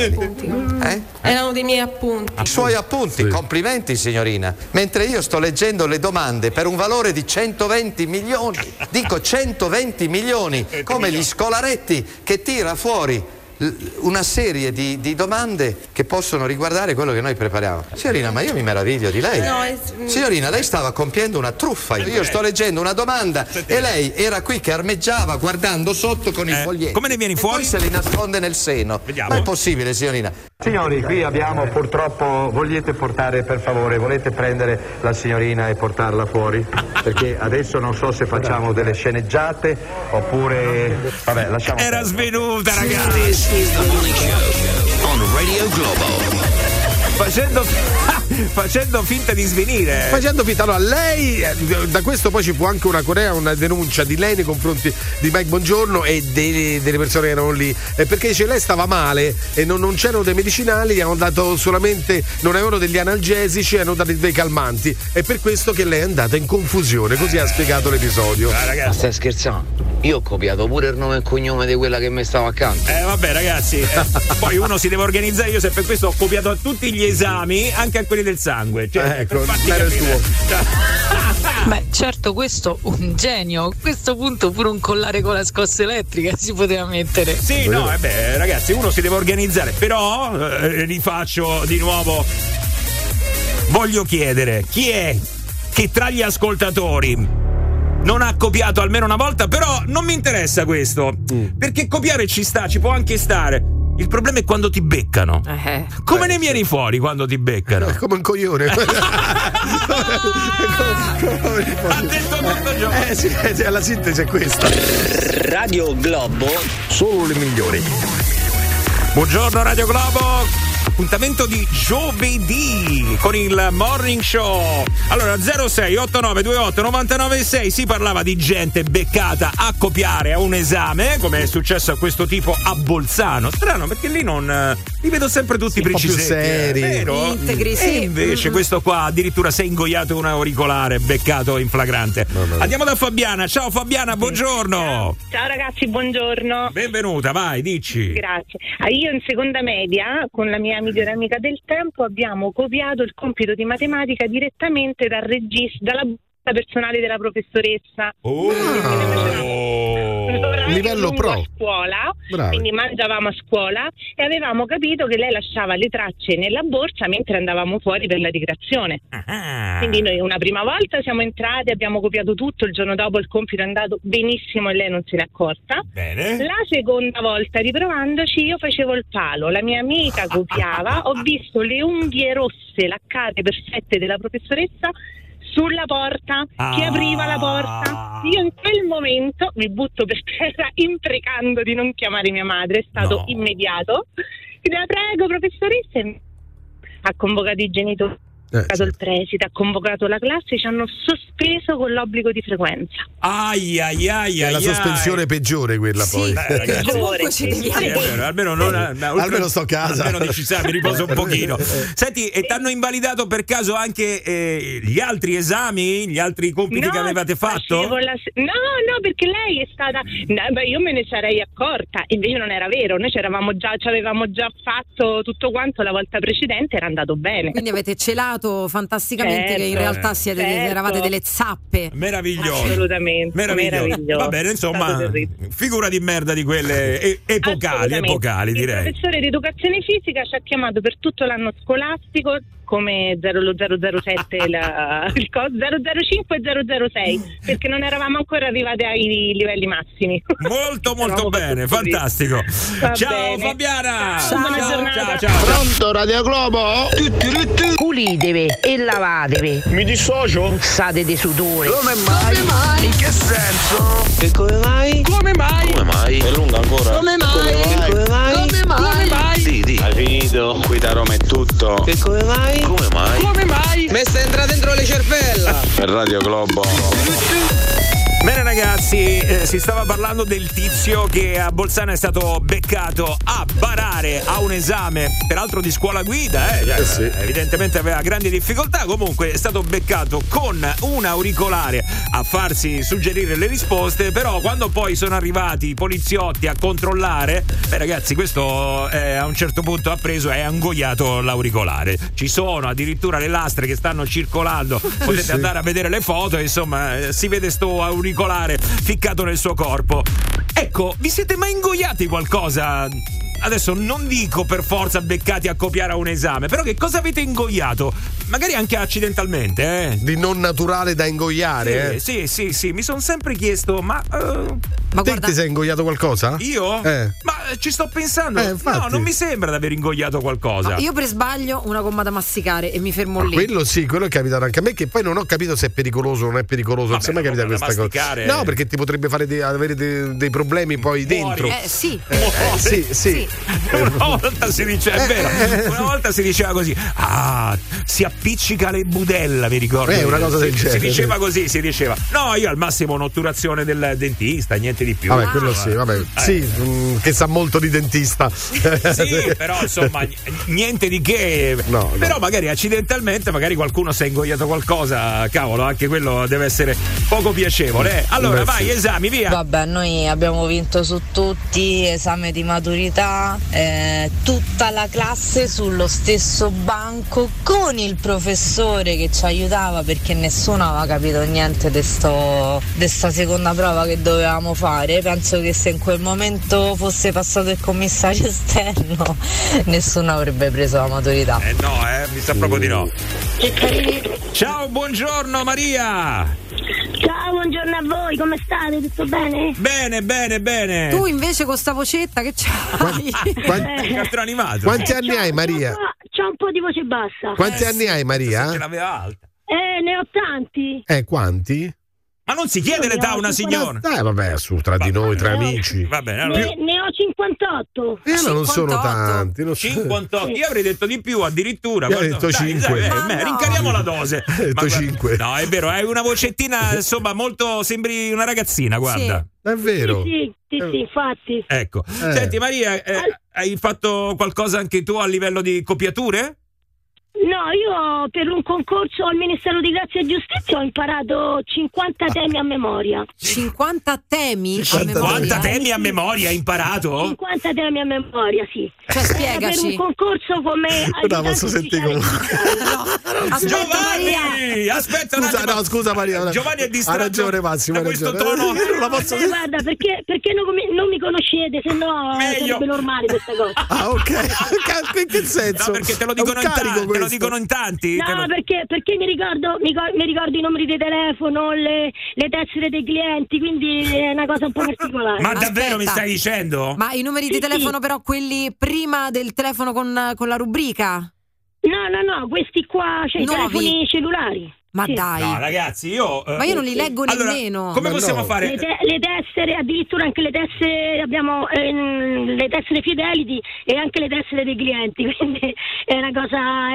Erano dei miei appunti. I suoi appunti, complimenti, signorina. Mentre io sto leggendo le domande per un valore di 120 milioni. Dico 120 milioni, come gli scolaretti che tira fuori una serie di domande che possono riguardare quello che noi prepariamo. Signorina, ma io mi meraviglio di lei. Signorina, lei stava compiendo una truffa. Io sto leggendo una domanda e lei era qui che armeggiava guardando sotto con i foglietti. Come ne vieni fuori? E poi se li nasconde nel seno. Vediamo. Ma è possibile, signorina? Signori, qui abbiamo purtroppo, volete prendere la signorina e portarla fuori? Perché adesso non so se facciamo delle sceneggiate oppure. Vabbè, lasciamo. Era svenuta, ragazzi. On Radio Globo. Facendo finta di svenire. Facendo finta. Allora, lei, da questo poi ci fu anche una denuncia di lei nei confronti di Mike Bongiorno e delle persone che erano lì, perché dice lei stava male e non c'erano dei medicinali, hanno dato solamente, non avevano degli analgesici, hanno dato dei calmanti, è per questo che lei è andata in confusione, così ha spiegato l'episodio. Ma stai scherzando? Io ho copiato pure il nome e cognome di quella che mi stava accanto. Vabbè, ragazzi, poi uno si deve organizzare. Io per questo ho copiato a tutti gli esami, anche a quelli del sangue. Cioè, ecco, era il tuo. Beh, certo, questo un genio. A questo punto pure un collare con la scossa elettrica si poteva mettere. Sì, no, ragazzi, uno si deve organizzare. Però rifaccio di nuovo. Voglio chiedere chi è che tra gli ascoltatori non ha copiato almeno una volta, però non mi interessa questo, perché copiare ci sta, ci può anche stare. Il problema è quando ti beccano. Come ne vieni fuori quando ti beccano? Come un coglione. Ha detto tutto, Giovanni. Sì, alla sintesi è questa. Radio Globo, solo le migliori. Buongiorno Radio Globo. appuntamento di giovedì con il Morning Show. Allora 06 89 28 99 6 si parlava di gente beccata a copiare a un esame, come è successo a questo tipo a Bolzano. Strano, perché lì non li vedo sempre tutti precisetti, seri, vero? Integri, sì. E invece questo qua addirittura si è ingoiato un auricolare, beccato in flagrante. Andiamo da Fabiana. Ciao Fabiana, buongiorno. Ciao ragazzi, buongiorno. Benvenuta, vai, dici. Grazie. Io in seconda media con la mia migliore amica del tempo abbiamo copiato il compito di matematica direttamente dal registro, dalla personale della professoressa. Livello pro a scuola. Bravi. Quindi mangiavamo a scuola e avevamo capito che lei lasciava le tracce nella borsa mentre andavamo fuori per la ricreazione. Quindi noi una prima volta siamo entrati, abbiamo copiato tutto, il giorno dopo il compito è andato benissimo e lei non se n'è accorta. Bene. La seconda volta riprovandoci io facevo il palo, la mia amica copiava, ho visto le unghie rosse laccate perfette della professoressa sulla porta, che apriva la porta. Io in quel momento mi butto per terra imprecando di non chiamare mia madre, è stato immediato. La prego professoressa, ha convocato i genitori, ha convocato il preside, ha convocato la classe, ci hanno sospeso con l'obbligo di frequenza. È la sospensione peggiore quella, poi. Almeno sto a casa. Almeno mi riposo un pochino. Senti, e ti hanno invalidato per caso anche gli altri esami, gli altri compiti che avevate fatto? No, perché lei è stata. Io me ne sarei accorta, invece non era vero. Noi ci avevamo già fatto tutto quanto la volta precedente, era andato bene. Quindi avete celato fantasticamente che in realtà eravate delle zappe. Meraviglioso. Assolutamente. Meraviglioso. Va bene, insomma, figura di merda di quelle epocali, direi. Il professore di educazione fisica ci ha chiamato per tutto l'anno scolastico come 007 il 005 e 006 perché non eravamo ancora arrivati ai livelli massimi. Molto bene, fantastico. Ciao bene. Fabiana. Ciao. Pronto Radio Globo? Pulitevi e lavatevi. Mi dissocio? State di sudore. Come mai? In che senso? E come mai? Come mai? È lunga ancora? Come mai? Sì. Hai finito? Qui da Roma è tutto. E come mai? Come mai? Mi sta entrando dentro le cervella. Per Radio Globo. Bene ragazzi, si stava parlando del tizio che a Bolzano è stato beccato a barare a un esame, peraltro di scuola guida, sì. Evidentemente aveva grandi difficoltà, comunque è stato beccato con un auricolare a farsi suggerire le risposte, però quando poi sono arrivati i poliziotti a controllare, ragazzi, questo a un certo punto ha preso e ha ingoiato l'auricolare. Ci sono addirittura le lastre che stanno circolando, potete andare a vedere le foto, insomma, si vede sto auricolare ficcato nel suo corpo. Ecco, vi siete mai ingoiati qualcosa? Adesso non dico per forza beccati a copiare a un esame, però che cosa avete ingoiato? Magari anche accidentalmente, Di non naturale da ingoiare, Sì, mi sono sempre chiesto, ma te ti sei ingoiato qualcosa? Io? Ma ci sto pensando. No, non mi sembra di aver ingoiato qualcosa. No, io per sbaglio una gomma da masticare e mi fermo lì. Quello è capitato anche a me, che poi non ho capito se è pericoloso o non è pericoloso. Non si è mai capita questa cosa. No, perché ti potrebbe fare avere dei problemi poi dentro. Sì. Sì. Una volta si diceva, è vero, una volta si diceva così, si appiccica le budella, mi ricordo. Una cosa del genere. Si diceva così, no, io al massimo un'otturazione del dentista, niente di più. Vabbè, quello sì, vabbè. Che sa molto di dentista. Sì, però insomma niente di che. No. Però magari accidentalmente qualcuno si è ingoiato qualcosa, cavolo, anche quello deve essere poco piacevole. Allora vai, esami, via. Vabbè, noi abbiamo vinto su tutti, esame di maturità, tutta la classe sullo stesso banco con il professore che ci aiutava perché nessuno aveva capito niente di sta seconda prova che dovevamo fare. Penso che se in quel momento fosse passato il commissario esterno nessuno avrebbe preso la maturità. Mi sa proprio di no. Ciao, buongiorno Maria. Ciao, buongiorno a voi, come state? Tutto bene? Bene. Tu invece con sta vocetta che c'hai? Cartone animato. Quanti anni hai, Maria? C'ho un po' di voce bassa. Quanti anni hai, Maria? Ce l'aveva alta. Ne ho tanti. Quanti? Ma non si chiede l'età a una signora. Vabbè, su, tra di noi, tra amici. Va bene, allora. Ne ho 58. Non sono tanti. 58. Io avrei detto di più addirittura. Io ho detto 5. Rincariamo la dose. Ho detto 5. No, è vero, hai una vocettina, insomma, molto. Sembri una ragazzina, guarda. Sì. È vero. Sì, infatti. Ecco. Senti, Maria, hai fatto qualcosa anche tu a livello di copiature? No, io per un concorso al Ministero di Grazia e Giustizia ho imparato 50 temi a memoria. 50 temi? 50 temi a memoria hai imparato? 50 temi a memoria, sì. Cioè, spiegaci. Per un concorso come non posso sentire come. Giovanni, aspetta un attimo. Scusa Maria. Giovanni è distratto. Ha ragione Massimo, questo tono. Non la posso sentire. Guarda, perché non mi conoscete, se no sarebbe normale questa cosa. Ah, ok. In che senso? No, perché te lo dicono in tanti. No, perché mi ricordo i numeri di telefono, le tessere dei clienti, quindi è una cosa un po' particolare. Ma davvero mi stai dicendo? Ma i numeri di telefono però quelli prima del telefono con la rubrica? No, questi qua, cioè i telefoni cellulari. Ma dai. No, ragazzi, ma io non li leggo nemmeno. Come possiamo fare? Le tessere, addirittura anche le tessere, abbiamo le tessere Fidelity e anche le tessere dei clienti, quindi è una cosa,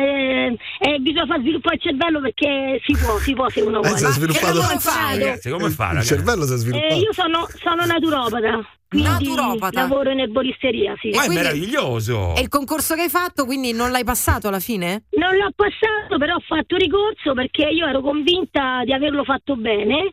bisogna far sviluppare il cervello perché si può se uno vuole. Come fa? Il cervello si è sviluppato. Io sono naturopata. Lavoro in erboristeria, sì. Ma è meraviglioso. E il concorso che hai fatto, quindi non l'hai passato alla fine? Non l'ho passato, però ho fatto ricorso perché io ero convinta di averlo fatto bene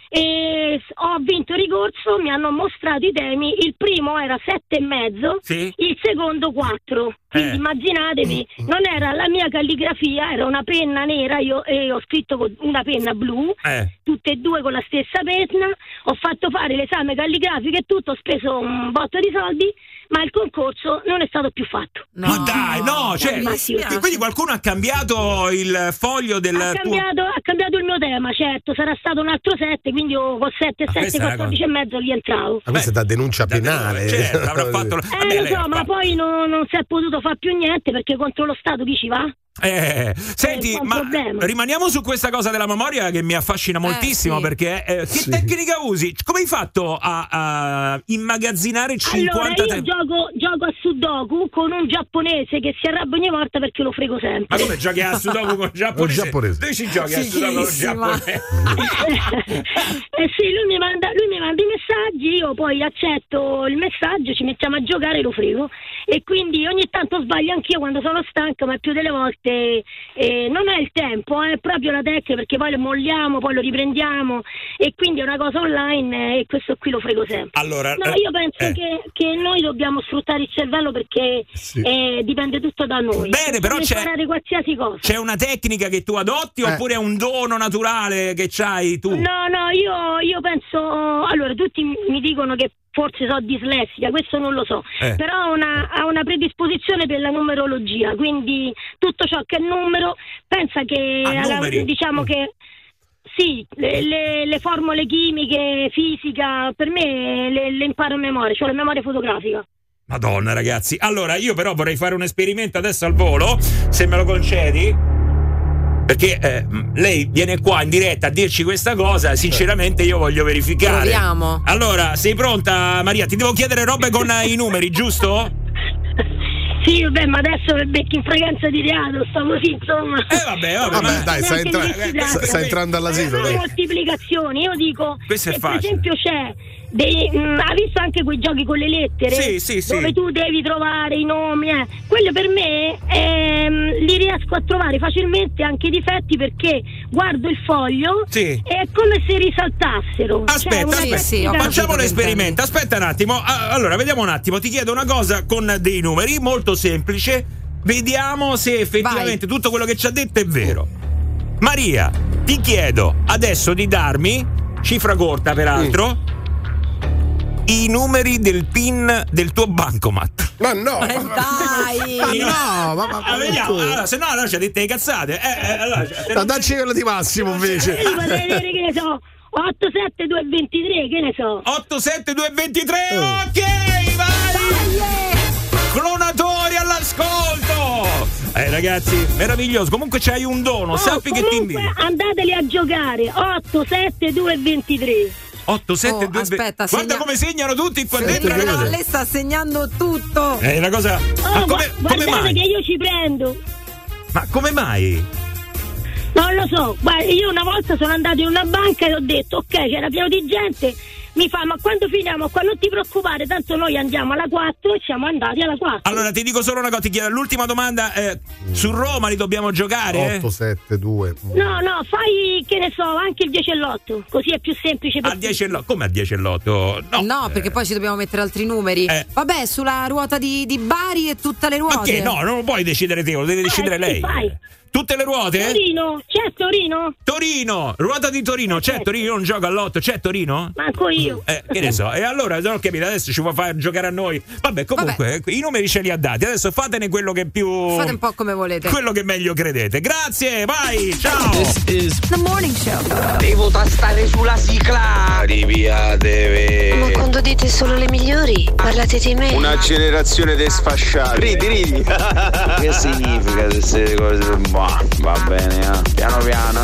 e ho vinto il ricorso, mi hanno mostrato i temi, il primo era 7,5, sì. Il secondo 4. Quindi immaginatevi, non era la mia calligrafia, era una penna nera, io ho scritto con una penna blu, tutte e due con la stessa penna, ho fatto fare l'esame calligrafico e tutto, ho speso un botto di soldi, ma il concorso non è stato più fatto. No. Ma dai, no, cioè, quindi qualcuno ha cambiato il foglio del ha cambiato il mio tema, certo, sarà stato un altro 7, quindi io con 7, 14,5 rientravo. Ma questa è da denuncia penale. Certo, avrà fatto lo so, ma poi non si è potuto fare più niente perché contro lo Stato chi ci va? Senti, ma rimaniamo su questa cosa della memoria che mi affascina moltissimo, perché che tecnica usi? Come hai fatto a immagazzinare 50 Allora, io gioco a Sudoku con un giapponese che si arrabbia ogni volta perché lo frego sempre. Ma come giochi a Sudoku con un giapponese? Dove ci giochi a Sudoku con un giapponese? Sì, lui mi manda i messaggi, io poi accetto il messaggio, ci mettiamo a giocare e lo frego. E quindi ogni tanto sbaglio anch'io quando sono stanca, ma più delle volte non è il tempo, è proprio la tecnica, perché poi lo molliamo, poi lo riprendiamo e quindi è una cosa online e questo qui lo frego sempre. Allora, io penso che noi dobbiamo sfruttare il cervello perché dipende tutto da noi. Bene, però imparare qualsiasi cosa. C'è una tecnica che tu adotti oppure è un dono naturale che c'hai tu? No, io penso, allora tutti mi dicono che forse so dislessica, questo non lo so, però ha una predisposizione per la numerologia, quindi tutto ciò che è numero, pensa che diciamo che sì, le formule chimiche, fisica, per me le imparo a memoria, cioè la memoria fotografica. Madonna ragazzi, allora io però vorrei fare un esperimento adesso al volo, se me lo concedi. Perché lei viene qua in diretta a dirci questa cosa, sinceramente io voglio verificare. Proviamo. Allora, sei pronta Maria? Ti devo chiedere robe con i numeri, giusto? Sì, vabbè, ma adesso per becchi in fragranza di reato, sto così, insomma. Vabbè, dai, stai entrando all'asilo. Sono moltiplicazioni, io dico, questo è per facile. esempio c'è ha visto anche quei giochi con le lettere? Sì. Dove tu devi trovare i nomi, quello per me li riesco a trovare facilmente anche i difetti perché guardo il foglio e è come se risaltassero. Aspetta, facciamo l'esperimento. Aspetta un attimo. Allora, vediamo un attimo. Ti chiedo una cosa con dei numeri molto semplice. Vediamo se effettivamente tutto quello che ci ha detto è vero. Maria, ti chiedo adesso di darmi, cifra corta peraltro, i numeri del PIN del tuo bancomat. Ma no! Dai! Ma vediamo, allora, se no ci ha detto le cazzate. Dacci quello di Massimo invece. Io potrei vedere, che ne so, 87223, che ne so. 87223, ok, vai! Clonatori all'ascolto! Ragazzi, meraviglioso. Comunque c'hai un dono, sappi che ti invito. Andateli a giocare. 87223. 8722. Aspetta, guarda come segnano tutti qua dentro. Federica della Valle sta segnando tutto. È una cosa. Ma come mai? Che io ci prendo. Ma come mai? Non lo so, guarda, io una volta sono andato in una banca e ho detto ok, c'era pieno di gente, mi fa ma quando finiamo qua non ti preoccupare, tanto noi andiamo alla 4 e siamo andati alla 4. Allora ti dico solo una cosa, ti chiedo l'ultima domanda, su Roma li dobbiamo giocare? 8-7-2. No, fai che ne so, anche il 10 e l'8, così è più semplice per a 10 e l'8, come a 10 e l'8? No, perché poi ci dobbiamo mettere altri numeri. Vabbè, sulla ruota di Bari e tutte le ruote. Ma che no, non lo puoi decidere te, lo devi decidere lei. Vai. Tutte le ruote? Torino, c'è Torino? Torino, ruota di Torino, c'è Torino, io non gioco all'8, c'è Torino? Manco io. Che ne so, e allora non ho capito, adesso ci vuoi far giocare a noi? Vabbè, comunque, i numeri ce li ha dati, adesso fatene quello che più... Fate un po' come volete. Quello che meglio credete. Grazie, vai, ciao! This is The Morning Show. Devo tastare sulla sigla. Arriviate. Ma quando dite solo le migliori, parlate di me. Un'accelerazione de sfasciare. Ridi. Che significa queste cose? Va bene, piano piano,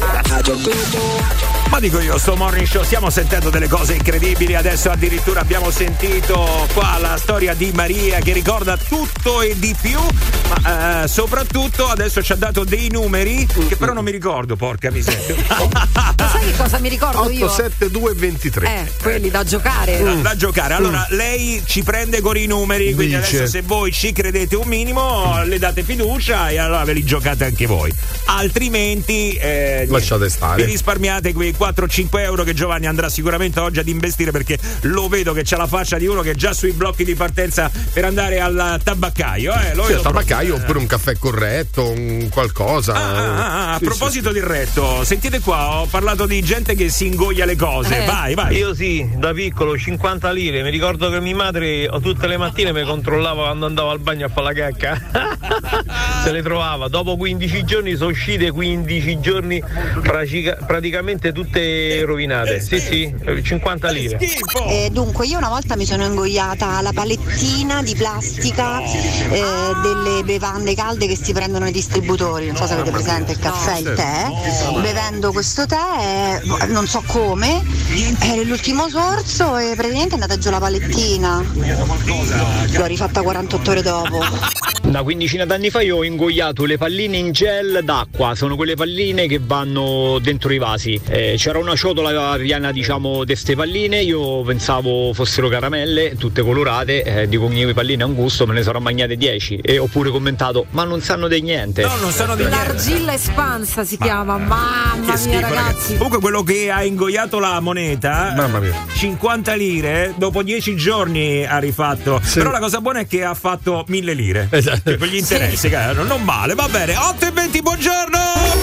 Ma dico io, sto Morning Show, stiamo sentendo delle cose incredibili. Adesso addirittura abbiamo sentito qua la storia di Maria che ricorda tutto e di più, ma soprattutto adesso ci ha dato dei numeri che però non mi ricordo, porca miseria. Ma sai che cosa mi ricordo io? 8-7-2-23. Quelli da giocare. Da giocare. Allora lei ci prende con i numeri, quindi adesso se voi ci credete un minimo le date fiducia e allora ve li giocate anche voi, altrimenti lasciate stare, vi risparmiate quei 4-5 euro che Giovanni andrà sicuramente oggi ad investire, perché lo vedo che c'ha la faccia di uno che è già sui blocchi di partenza per andare al tabaccaio, sì, al tabaccaio oppure un caffè corretto, un qualcosa. A proposito del retto, sentite qua, ho parlato di gente che si ingoia le cose. Vai. Io sì, da piccolo 50 lire, mi ricordo che mia madre tutte le mattine mi controllava quando andavo al bagno a fare la cacca. Se le trovava. Dopo 15 giorni sono uscite 15 giorni praticamente tutte rovinate. Sì, 50 lire. Dunque io una volta mi sono ingoiata la palettina di plastica delle bevande calde che si prendono nei distributori, non so se avete presente il caffè, il tè. Bevendo questo tè, non so come, era l'ultimo sorso e praticamente è andata giù la palettina. L'ho rifatta 48 ore dopo. Una quindicina d'anni fa io ho ingoiato le palline in gel d'acqua, sono quelle palline che vanno dentro i vasi. C'era una ciotola piena di queste palline, io pensavo fossero caramelle, tutte colorate, dico ogni pallina ha un gusto, me ne sarò mangiate 10 e ho pure commentato ma non sanno di niente. No, non sanno di niente. L'argilla espansa si chiama, mamma mia ragazzi. Comunque quello che ha ingoiato la moneta, mamma mia, 50 lire, dopo 10 giorni ha rifatto, però la cosa buona è che ha fatto 1000 lire. Esatto. Per gli interessi, non male, va bene. 8:20, buongiorno!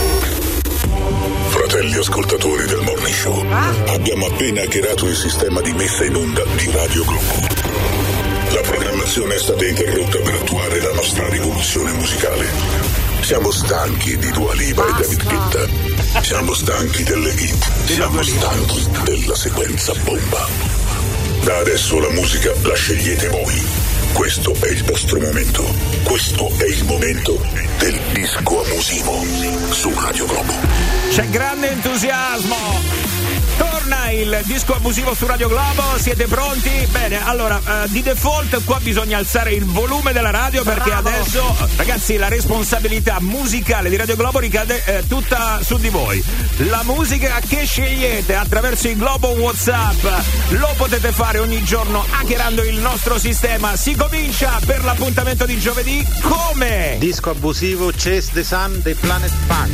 Fratelli ascoltatori del Morning Show, abbiamo appena hackerato il sistema di messa in onda di Radio Globo. La programmazione è stata interrotta per attuare la nostra rivoluzione musicale. Siamo stanchi di Dua Lipa e David Guetta. Siamo stanchi delle hit. Siamo stanchi della sequenza bomba. Da adesso la musica la scegliete voi. Questo è il vostro momento. Questo è il momento del disco abusivo su Radio Globo. C'è grande entusiasmo. Torna il disco abusivo su Radio Globo, siete pronti? Bene, allora di default qua bisogna alzare il volume della radio perché adesso, ragazzi, la responsabilità musicale di Radio Globo ricade tutta su di voi. La musica che scegliete attraverso il Globo WhatsApp lo potete fare ogni giorno hackerando il nostro sistema. Si comincia per l'appuntamento di giovedì come? Disco abusivo Chase the Sun dei Planet Punk.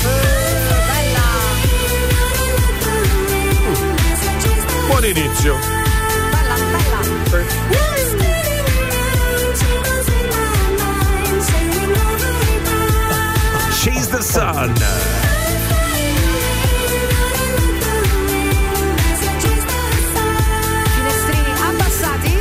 Buon inizio. She's the sun. Finestrini abbassati.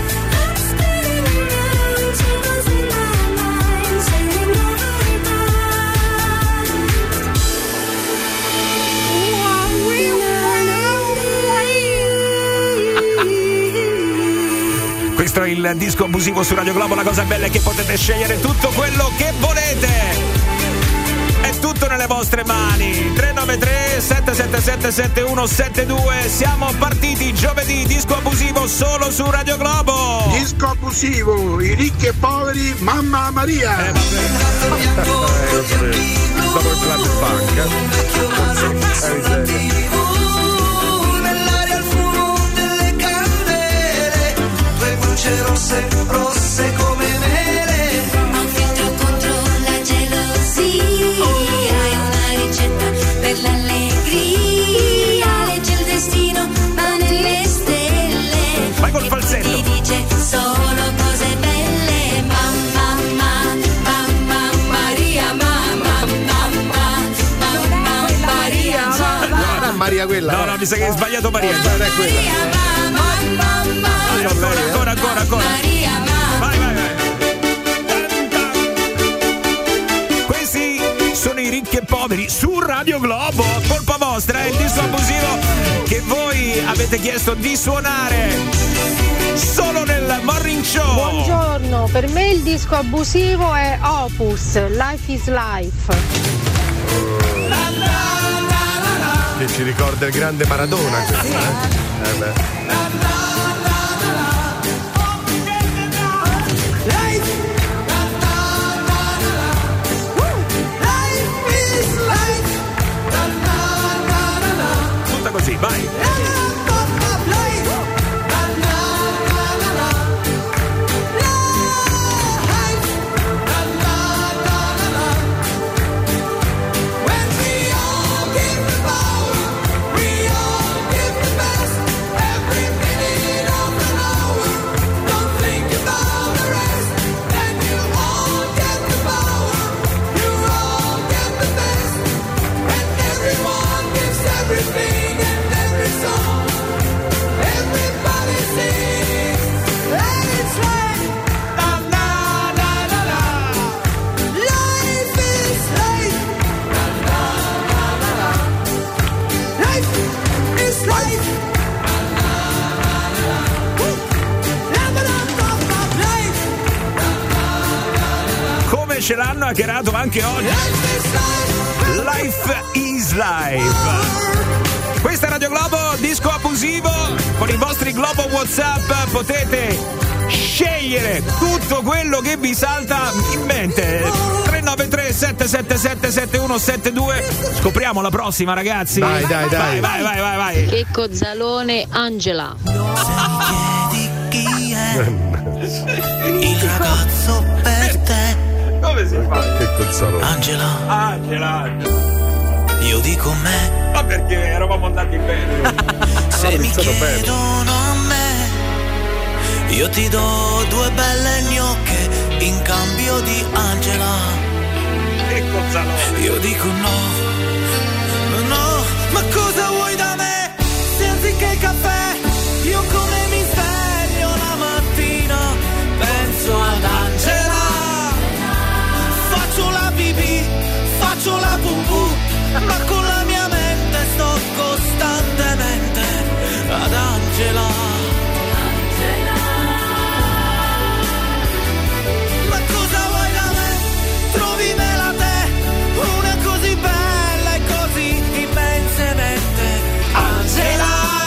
Questo è il disco abusivo su Radio Globo. La cosa bella è che potete scegliere tutto quello che volete. È tutto nelle vostre mani. 393 393 777 7172. Siamo partiti giovedì, disco abusivo solo su Radio Globo. Disco abusivo, i ricchi e poveri, mamma Maria. Dopo il club banca. Nell'aria il fumo delle candele, tue luci rosse, rosse come mele. Un filtro contro la gelosia, hai una ricetta per l'allegria. Leggi il destino, ma nelle stelle. Vai col falsetto. Ti dice solo cose belle. Mamma Maria, mamma Maria. Non è Maria quella. No, mi sa che hai sbagliato Maria. Non è quella. Ancora. Vai. Questi sono i ricchi e poveri su Radio Globo. Colpa vostra, è il disco abusivo che voi avete chiesto di suonare solo nel Morning Show. Buongiorno, per me il disco abusivo è Opus, Life is Life. Che ci ricorda il grande Maradona questa, Tutta così, vai. Ce l'hanno hackerato anche oggi. Life is Life. Questa è Radio Globo, disco abusivo. Con i vostri Globo WhatsApp potete scegliere tutto quello che vi salta in mente. 393 777 7172. Scopriamo la prossima, ragazzi. Vai. Checco Zalone, Angela. Il ragazzo per te. Come si fa? Che consola. Angela. Io dico me. Ma perché eravamo andati bene? Se mi chiedono a me, io ti do 2 belle gnocche in cambio di Angela. Che cosa no? Io dico no, ma cosa vuoi da me? Se anziché il caffè, io come mi sveglio la mattina, penso ad Angela. Faccio la pipì, faccio la pupù, ma con la mia mente sto costantemente ad Angela. Ma cosa vuoi da me? Trovimela te, una così bella e così immensamente Angela.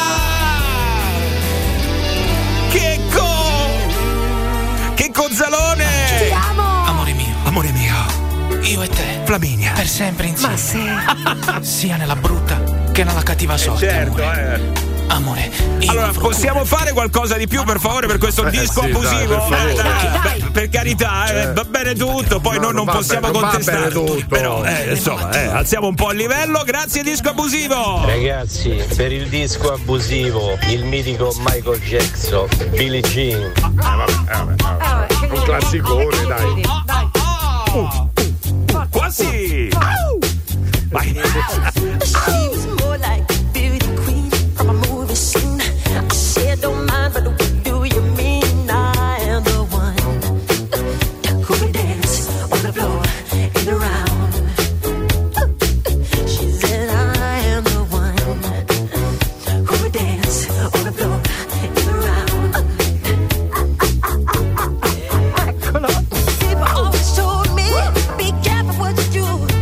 Checco Zalone. Ti amo. Amore mio, io e te, Flaminia, per sempre insieme. Ma sì. Sia nella brutta che nella cattiva sorte. Certo, Amore, allora possiamo fare qualcosa di più per favore per questo disco sì, abusivo? dai. Per carità, va bene tutto, poi noi non possiamo contestare tutto. Però insomma, alziamo un po' il livello. Grazie disco abusivo. Ragazzi, per il disco abusivo, il mitico Michael Jackson, Billie Jean. Un classicone, dai. Quasi. Vai. Don't mind, but what do you mean I am the one who would dance on the floor and around? She said I am the one who would dance on the floor and around. People always told me, be careful what you do.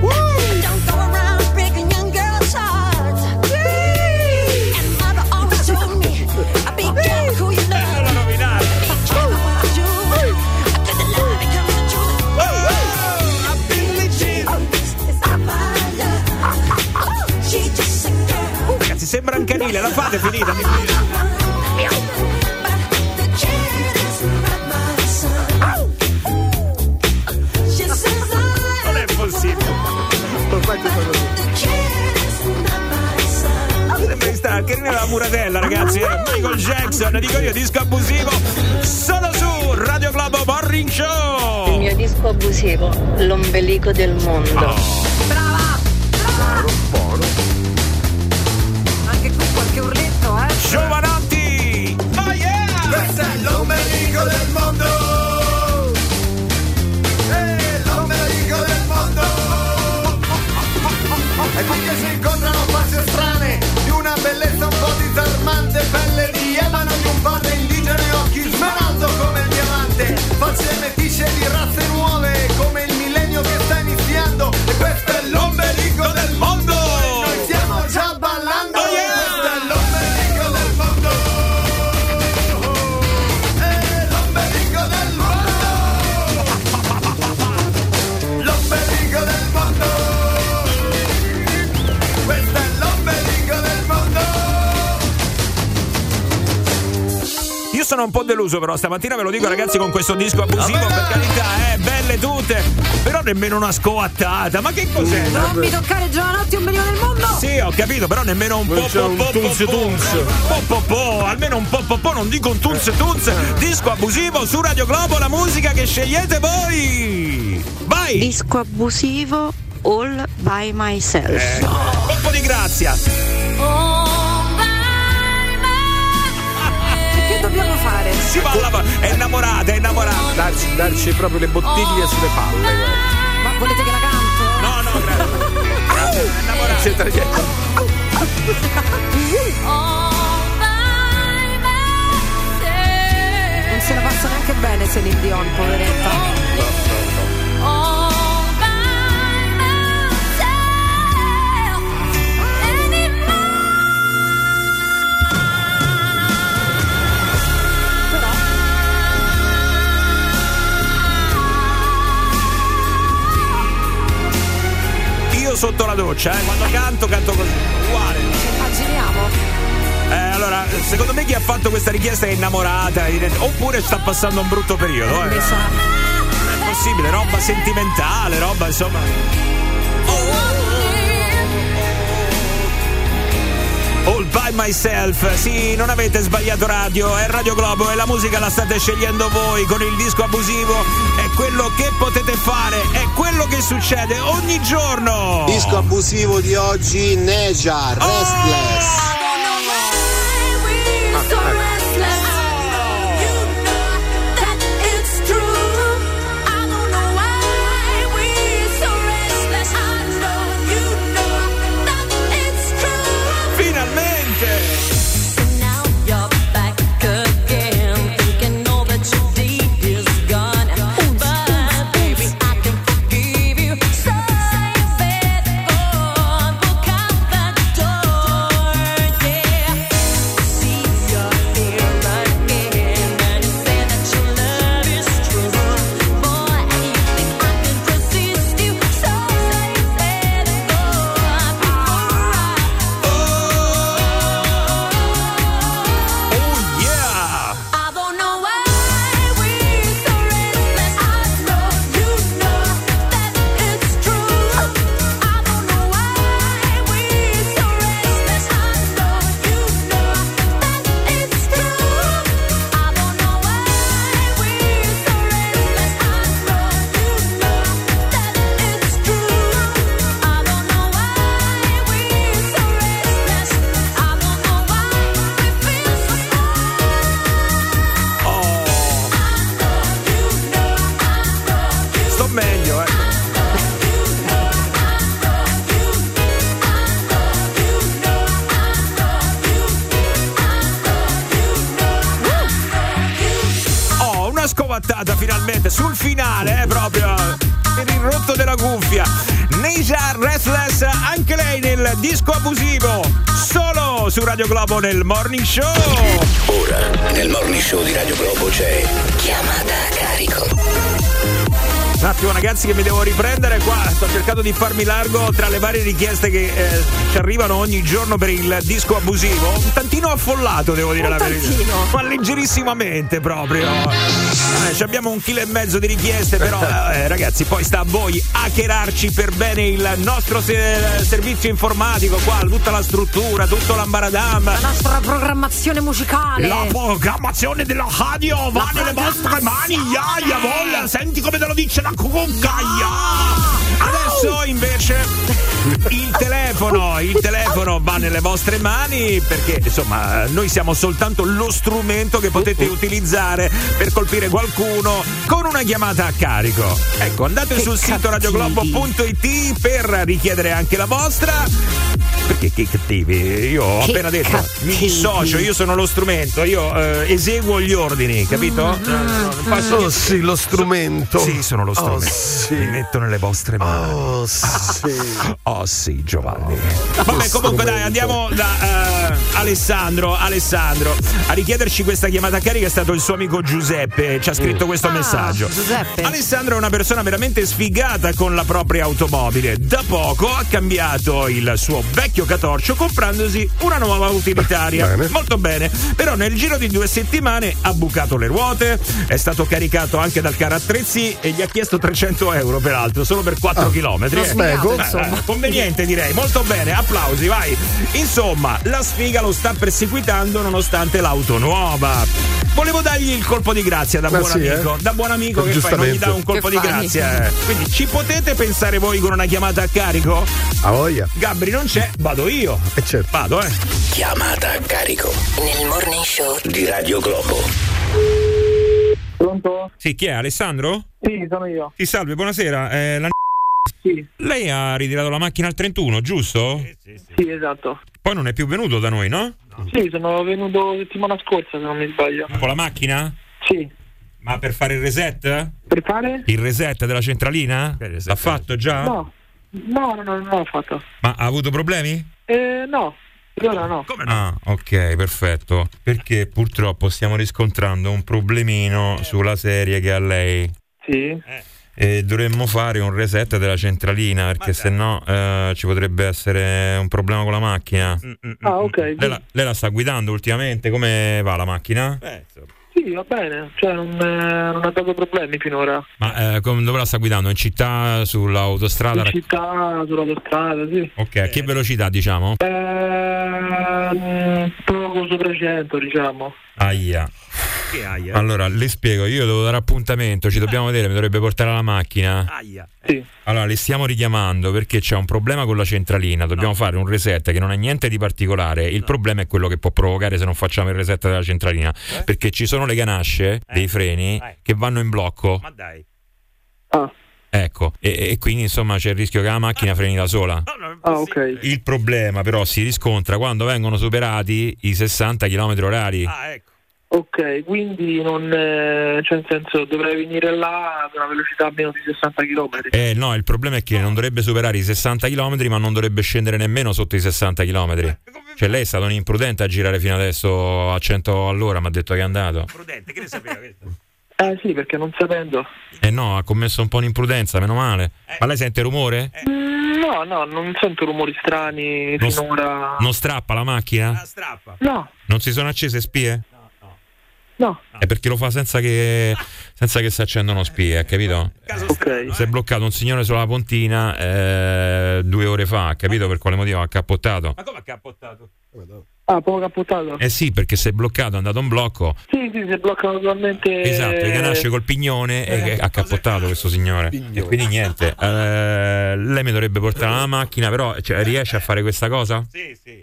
Emilia, la fate finita. Non è possibile. Che arriva la muratella, ragazzi. Michael Jackson, dico io, disco abusivo solo su Radio Globo Morning Show. Il mio disco abusivo, l'ombelico del mondo. Brava! Buono. Anche qui qualche urletto, Giovanotti! Oh yeah! Questo è l'ombelico del mondo! L'ombelico del mondo! E qui che si incontrano facce strane, di una bellezza un po' disarmante, pelle di ebano di un padre indigeno e occhi smeraldo come il diamante, facce meticce di razze nuove come il millennio che sta iniziando, e questo è l'ombelico del mondo! E noi stiamo già ballando! Oh yeah! Questo è l'ombelico del mondo! L'ombelico del mondo! L'ombelico del mondo! Questo è l'ombelico del mondo! Io sono un po' deluso però stamattina, ve lo dico ragazzi, con questo disco abusivo, per carità, belle tutte, però nemmeno una scoattata, ma che cos'è? Non mi toccare Giovanotti, un milione del mondo! Sì, ho capito, però nemmeno un po' almeno un po', non dico un tunz, disco abusivo su Radio Globo, la musica che scegliete voi! Vai! Disco abusivo All by Myself. Un po' di grazia! Che dobbiamo fare? Si balla, è innamorata. Darci proprio le bottiglie sulle palle, guarda. Ma volete che la canto? No, grazie. Innamorata. C'entra niente. Non se la passa neanche bene Celine Dion, poveretta. Sotto la doccia, quando canto così, uguale. Immaginiamo. Allora, secondo me chi ha fatto questa richiesta è innamorata, oppure sta passando un brutto periodo. Non è possibile, roba sentimentale, roba insomma. All by myself, sì, non avete sbagliato radio, è Radio Globo e la musica la state scegliendo voi con il disco abusivo, è quello che potete fare, è quello che succede ogni giorno. Disco abusivo di oggi, Neja, Restless. Finalmente sul finale, proprio per il rotto della cuffia. Neja Restless, anche lei nel disco abusivo, solo su Radio Globo nel Morning Show. Ora nel Morning Show di Radio Globo c'è Chiamata a carico. Un attimo ragazzi che mi devo riprendere qua, sto cercando di farmi largo tra le varie richieste che ci arrivano ogni giorno per il disco abusivo. Un tantino affollato, devo dire la verità. Ma leggerissimamente proprio. Abbiamo 1,5 kg di richieste, però ragazzi, poi sta a voi hackerarci per bene il nostro servizio informatico qua, tutta la struttura, tutto l'ambaradam. La nostra programmazione musicale. La programmazione della radio va nelle vostre mani, voglia, senti come te lo dice la cuccaia. Adesso invece il telefono va nelle vostre mani, perché insomma noi siamo soltanto lo strumento che potete utilizzare per colpire qualcuno con una chiamata a carico. Ecco, andate sul sito radioglobo.it per richiedere anche la vostra. Perché che cattivi? Io ho appena detto, mi dissocio, io sono lo strumento, io eseguo gli ordini, capito? Sì, lo strumento. Sì, sono lo strumento. Sì. Mi metto nelle vostre mani. Oh sì, Giovanni. Vabbè, comunque dai, andiamo da Alessandro. A richiederci questa chiamata a carica è stato il suo amico Giuseppe. Ci ha scritto questo messaggio. Giuseppe. Alessandro è una persona veramente sfigata con la propria automobile. Da poco ha cambiato il suo vecchio catorcio comprandosi una nuova utilitaria. Bene. Molto bene. Però nel giro di 2 settimane ha bucato le ruote, è stato caricato anche dal carro attrezzi e gli ha chiesto 300 euro peraltro, solo per 4 chilometri. Conveniente, direi. Molto bene, applausi, vai. Insomma, la sfiga lo sta perseguitando nonostante l'auto nuova. Volevo dargli il colpo di grazia da buon amico. Da buon amico che fai, non gli dà un colpo di grazia. Quindi ci potete pensare voi con una chiamata a carico? A voglia. Gabri non c'è, vado io. Certo. Vado, Chiamata a carico Nel Morning Show di Radio Globo. Pronto? Sì, chi è? Alessandro? Sì, sono io. Sì, salve, buonasera. Sì. Lei ha ritirato la macchina al 31, giusto? Sì, esatto. Poi non è più venuto da noi, no? Sì, sono venuto settimana scorsa, se non mi sbaglio. Con la macchina? Sì. Ma per fare il reset? Per fare? Il reset della centralina? L'ha fatto già? No, non l'ho fatto. Ma ha avuto problemi? No. Ora no. Come no? Ah, ok, perfetto. Perché purtroppo stiamo riscontrando un problemino sulla serie che ha lei. Sì. E dovremmo fare un reset della centralina, perché sennò ci potrebbe essere un problema con la macchina. Ah, ok. Lei la sta guidando ultimamente? Come va la macchina? Sì, va bene, cioè non ha dato problemi finora. Ma dove la sta guidando? In città, sull'autostrada? In città, sull'autostrada, sì. Ok, a che velocità, diciamo? Poco sopra 100, diciamo. Aia. Allora, le spiego, io devo dare appuntamento, ci dobbiamo vedere, mi dovrebbe portare la macchina. Sì. Allora, le stiamo richiamando perché c'è un problema con la centralina, dobbiamo fare un reset che non ha niente di particolare. Il problema è quello che può provocare se non facciamo il reset della centralina, perché ci sono le ganasce dei freni che vanno in blocco. Ma dai. Ah. Ecco, e quindi insomma c'è il rischio che la macchina freni da sola. Ah, ok. Il problema però si riscontra quando vengono superati i 60 km/h. Ah, ecco. Ok, quindi non cioè nel senso dovrei venire là ad una velocità meno di 60 km. No, il problema è che non dovrebbe superare i 60 km, ma non dovrebbe scendere nemmeno sotto i 60 km. Cioè lei è stato un imprudente a girare fino adesso a 100 all'ora, mi ha detto che è andato. Imprudente, che ne sapeva questo? Sì, perché non sapendo. No, ha commesso un po' un'imprudenza, meno male. Ma lei sente rumore? No, non sento rumori strani finora. Non strappa la macchina? Strappa. No. Non si sono accese spie? No. È perché lo fa senza che si accendono spie, capito? Ok. Si è bloccato un signore sulla pontina 2 ore fa, capito per quale motivo ha accappottato? Ma come ha accappottato? Ah, poco cappottato? Sì, perché si è bloccato, è andato in blocco. Sì, si è bloccato totalmente. Esatto, che nasce col pignone e ha accappottato questo signore. E quindi niente, lei mi dovrebbe portare la macchina, però riesce a fare questa cosa? Sì.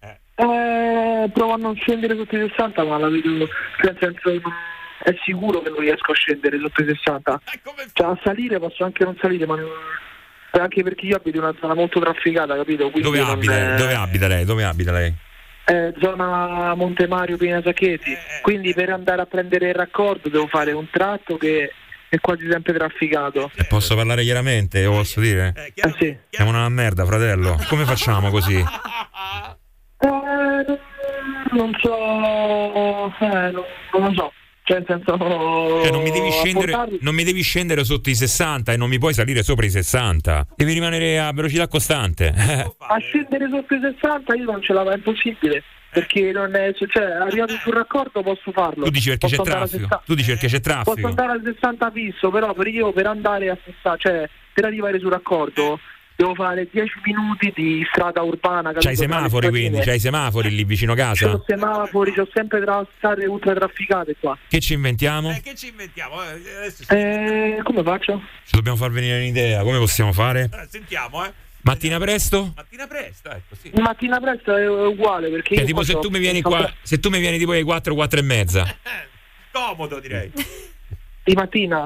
Provo a non scendere sotto i 60, ma la vedo, nel senso è sicuro che non riesco a scendere sotto i 60. Cioè a salire posso anche non salire, ma anche perché io abito in una zona molto trafficata, capito? Quindi Dove abita lei? Zona Montemario, Pina Sacchetti. Quindi per andare a prendere il raccordo devo fare un tratto che è quasi sempre trafficato. Posso parlare chiaramente, lo posso dire? Sì. Siamo una merda, fratello. Come facciamo così? Non so, non lo so. Cioè, nel senso, non mi devi scendere sotto i 60 e non mi puoi salire sopra i 60. Devi rimanere a velocità costante. A scendere sotto i 60 io non ce l'avevo, è impossibile. Perché non è, cioè, arrivato sul raccordo posso farlo. Tu dici perché c'è traffico. Posso andare al 60 fisso, però per andare a 60, cioè per arrivare sul raccordo devo fare 10 minuti di strada urbana. C'hai i semafori, quindi c'hai i semafori lì vicino casa? C'ho semafori, c'ho sempre strade ultra trafficate qua. Che ci inventiamo? Come faccio? Ci dobbiamo far venire un'idea, come possiamo fare? Sentiamo, Mattina presto? Mattina presto, ecco, sì. Mattina presto è uguale, perché io tipo se tu mi vieni qua, se tu mi vieni tipo alle 4 e mezza. Comodo, direi. Di mattina?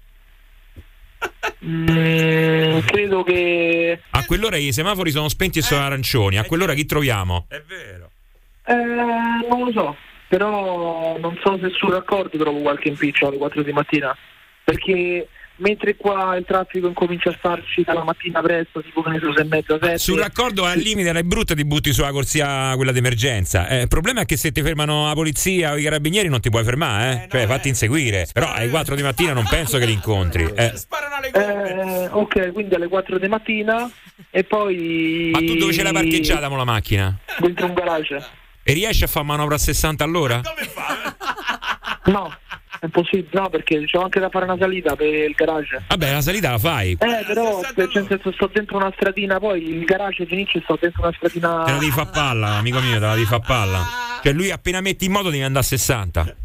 Credo che a quell'ora i semafori sono spenti e sono arancioni. A quell'ora chi troviamo? È vero. Non lo so, però non so se sul raccordo trovo qualche impiccio alle 4 di mattina, perché mentre qua il traffico incomincia a starci dalla mattina presto, tipo che ne so, 6:30, 7. Sul raccordo al limite è brutta, ti butti sulla corsia quella d'emergenza. Il problema è che se ti fermano la polizia o i carabinieri non ti puoi fermare, cioè fatti inseguire. Però alle 4 di mattina non penso che li incontri. Ok, quindi alle 4 di mattina e poi. Ma tu dove ce l'hai parcheggiata mo la macchina? Dentro un garage. E riesci a fare manovra a 60 all'ora? Come fa? No. È possibile, no, perché c'ho anche da fare una salita per il garage. Vabbè, la salita la fai. Però nel senso sto dentro una stradina, poi il garage finisce, sto dentro una stradina. Te la devi far palla, amico mio, te la devi far palla. Cioè lui appena metti in moto devi andare a 60.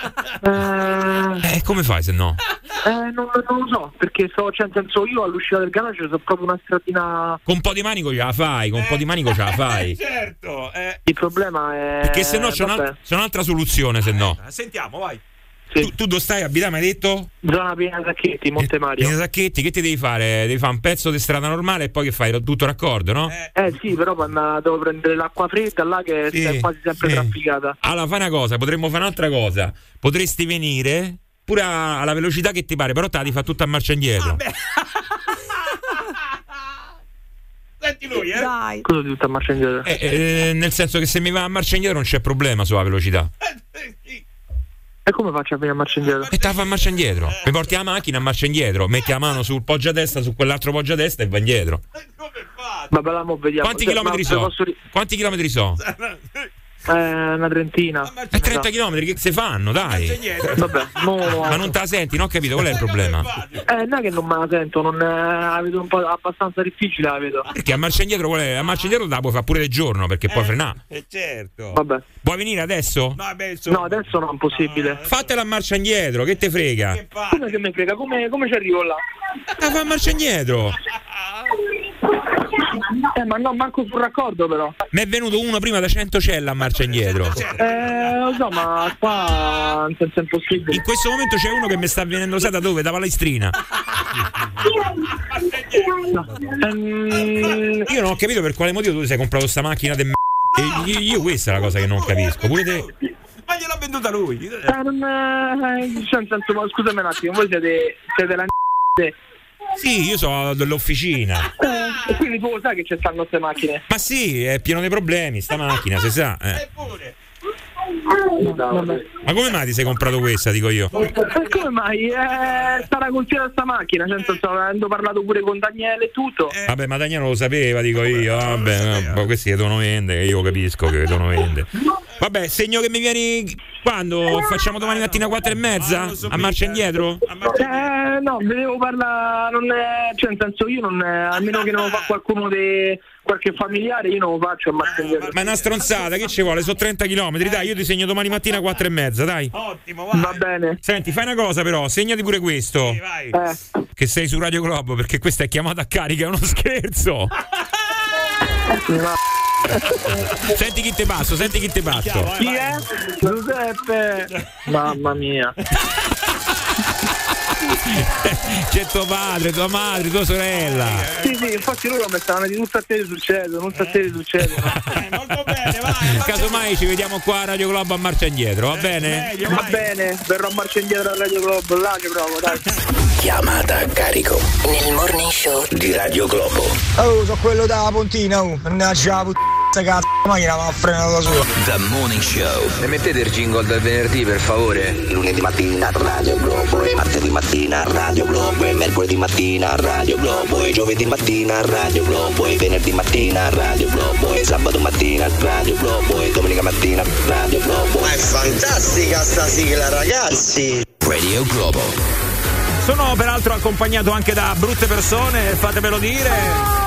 Come fai se no? Non lo so, perché cioè, nel senso io all'uscita del garage sono proprio una stradina. Con un po' di manico ce la fai, Certo. Il problema è. Perché se no c'è un'altra soluzione, se no. Sentiamo, vai. Sì. Tu dove stai abitando, mi hai detto? Zona Piena Sacchetti, Montemario. Piena Sacchetti, che ti devi fare? Devi fare un pezzo di strada normale e poi che fai? Tutto raccordo, no? Sì, però devo prendere l'acqua fredda là che è quasi sempre trafficata. Allora fai una cosa, potremmo fare un'altra cosa. Potresti venire pure alla velocità che ti pare, però te la devi fare tutta a marcia indietro. Senti lui, Dai. Cosa tutta a marcia indietro? Nel senso che se mi va a marcia indietro non c'è problema sulla velocità. E come faccio a venire a marcia indietro? E te la fai a marcia indietro. Mi porti la macchina a marcia indietro, metti la mano sul poggia destra, su quell'altro poggia destra e va indietro. Vabbè, là mo vediamo. Quanti chilometri sono? Quanti chilometri sono? Una trentina. 30 chilometri che si fanno, dai. Vabbè, ma non te la senti, non ho capito, qual è il problema? Non è che non me la sento, non la vedo un po' abbastanza difficile, la vedo. Perché a marcia indietro a marcia indietro la puoi fare pure del giorno, perché puoi frenare. Certo. Vabbè. Vuoi venire adesso? No, adesso no, è impossibile. Fatela a marcia indietro, che te frega? Come che mi frega? Come ci arrivo là? La fa a marcia indietro. Ma no, manco sul raccordo però. Mi è venuto uno prima da Centocella a marcia indietro. Lo so, ma qua nel senso è impossibile. In questo momento c'è uno che mi sta venendo, sai da dove? Da Palestrina. Io non ho capito per quale motivo tu ti sei comprato sta macchina de io questa è la cosa che non capisco. Pure te. Ma gliel'ha venduta lui. Cioè, nel senso, ma scusami un attimo, voi siete la Sì, io sono dell'officina. E quindi tu sai che c'è stanno queste macchine? Ma sì, è pieno di problemi sta macchina, si sa. Eppure. Ma come mai ti sei comprato questa, dico io? Come mai? Sarà colpita sta macchina, cioè, avendo parlato pure con Daniele e tutto. Vabbè, ma Daniele lo sapeva, dico io. Vabbè, questi che devono vendere, io capisco che devono vendere. Vabbè, segno che mi vieni quando? Facciamo domani mattina 4:30? A marcia indietro? No, devo parlare, cioè nel senso io non, almeno che non lo fa qualcuno di qualche familiare, io non lo faccio a marcia indietro. Ma è una stronzata, che ci vuole? Sono 30 km, dai, io ti segno domani mattina 4:30, dai. Ottimo, vai. Va bene. Senti, fai una cosa però, segnati pure questo. Sì, vai. Che sei su Radio Globo, perché questa è chiamata a carica, è uno scherzo. Senti chi te passo. Chi è? Giuseppe. Mamma mia. C'è tuo padre, tua madre, tua sorella. Sì, infatti loro mi stavano di tutto a te succede. Molto bene, vai. Casomai ci vediamo qua a Radio Globo a marcia indietro, va bene? Va bene, verrò a marcia indietro a Radio Globo, là ci provo, dai. Chiamata a carico nel Morning Show di Radio Globo. Oh, so quello da Pontina, mannaggia la cazzo, la macchina va a frenare da sola. The Morning Show. E mettete il jingle del venerdì, per favore. Lunedì mattina Radio Globo, e martedì mattina Radio Globo, e mercoledì mattina Radio Globo, e giovedì mattina Radio Globo, e venerdì mattina Radio Globo, e sabato mattina Radio Globo, e domenica mattina Radio Globo. Ma è fantastica sta sigla, ragazzi! Radio Globo. Sono peraltro accompagnato anche da brutte persone, fatemelo dire.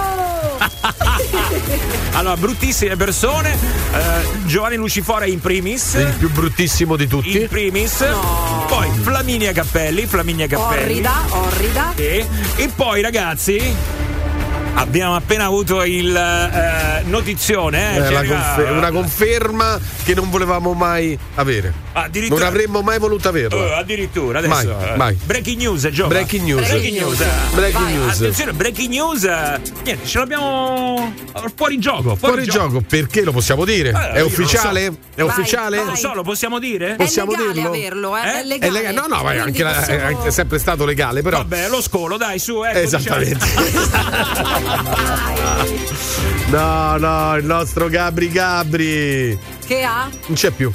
Allora, bruttissime persone. Giovanni Lucifora in primis. Il più bruttissimo di tutti. In primis. No. Poi Flaminia Cappelli. Orrida. E poi, ragazzi, abbiamo appena avuto il notizione. Una conferma che non volevamo mai avere. Non avremmo mai voluto averla. Addirittura adesso. Mai. Breaking news, Gio. Breaking news. Attenzione, breaking news. Niente, ce l'abbiamo fuori gioco. Fuori gioco, perché lo possiamo dire? È ufficiale? So. È ufficiale? Non lo so, lo possiamo dire? Possiamo è legale dirlo? averlo, è legale. È legale. No, è sempre stato legale, però. Vabbè, lo scolo, dai, su, ecco. Esattamente. No, il nostro Gabri. Che ha? Non c'è più.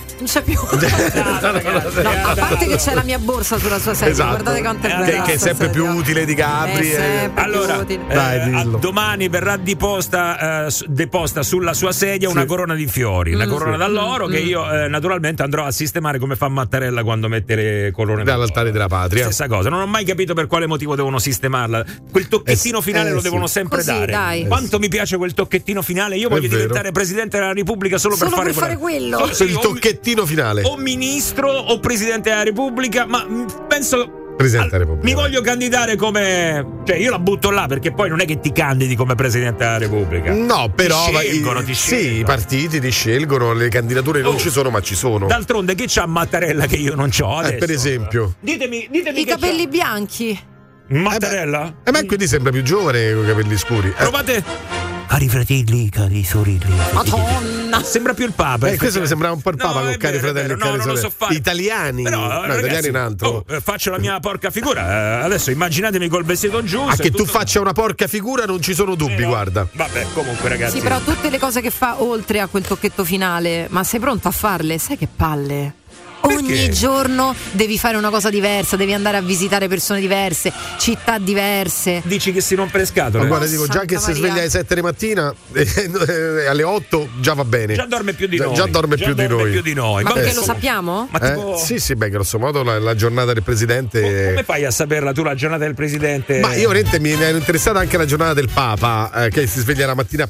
A parte che c'è la mia borsa sulla sua sedia, esatto. Guardate quanto è bella. Che è sempre più utile di Gabri. Allora, Dai, domani verrà deposta sulla sua sedia una corona di fiori, una corona d'alloro che io naturalmente andrò a sistemare come fa Mattarella quando mette le corone dall'altare della patria. Stessa cosa, non ho mai capito per quale motivo devono sistemarla. Quel tocchettino finale lo devono sempre così, dare. Dai. Quanto mi piace quel tocchettino finale, io voglio diventare presidente della Repubblica solo per fare quello. Il tocchettino finale. O ministro o presidente della Repubblica, ma penso Presidente della Repubblica. Mi voglio candidare come. Cioè, io la butto là perché poi non è che ti candidi come Presidente della Repubblica. No, però. Ti scelgono. Sì, i partiti ti scelgono, le candidature non ci sono, ma ci sono. D'altronde, che c'ha Mattarella che io non c'ho adesso? Per esempio. Ditemi i capelli bianchi. Mattarella? Ma quindi sembra più giovane con i capelli scuri. Provate. Cari fratelli, cari sorelle. Madonna. Sembra più il Papa. Questo mi sembrava un po' il Papa con cari fratelli e cari sorelle. Italiani. Però, ragazzi, italiani in altro. Faccio la mia porca figura. Adesso immaginatemi col vestito giusto. Che tu faccia una porca figura non ci sono dubbi, guarda. Vabbè, comunque, ragazzi. Sì, però tutte le cose che fa oltre a quel tocchetto finale, ma sei pronto a farle? Sai che palle? Ogni giorno devi fare una cosa diversa, devi andare a visitare persone diverse, città diverse. Dici che si rompe le scatole? Ma guarda, dico già che si sveglia alle 7 di mattina alle 8 già va bene. Già dorme più di noi. Già dorme più di noi. Ma perché lo sappiamo? Ma tipo... Sì, beh, grosso modo la giornata del presidente. Come fai a saperla tu la giornata del presidente? Ma io veramente mi ero interessato anche la giornata del Papa, che si sveglia la mattina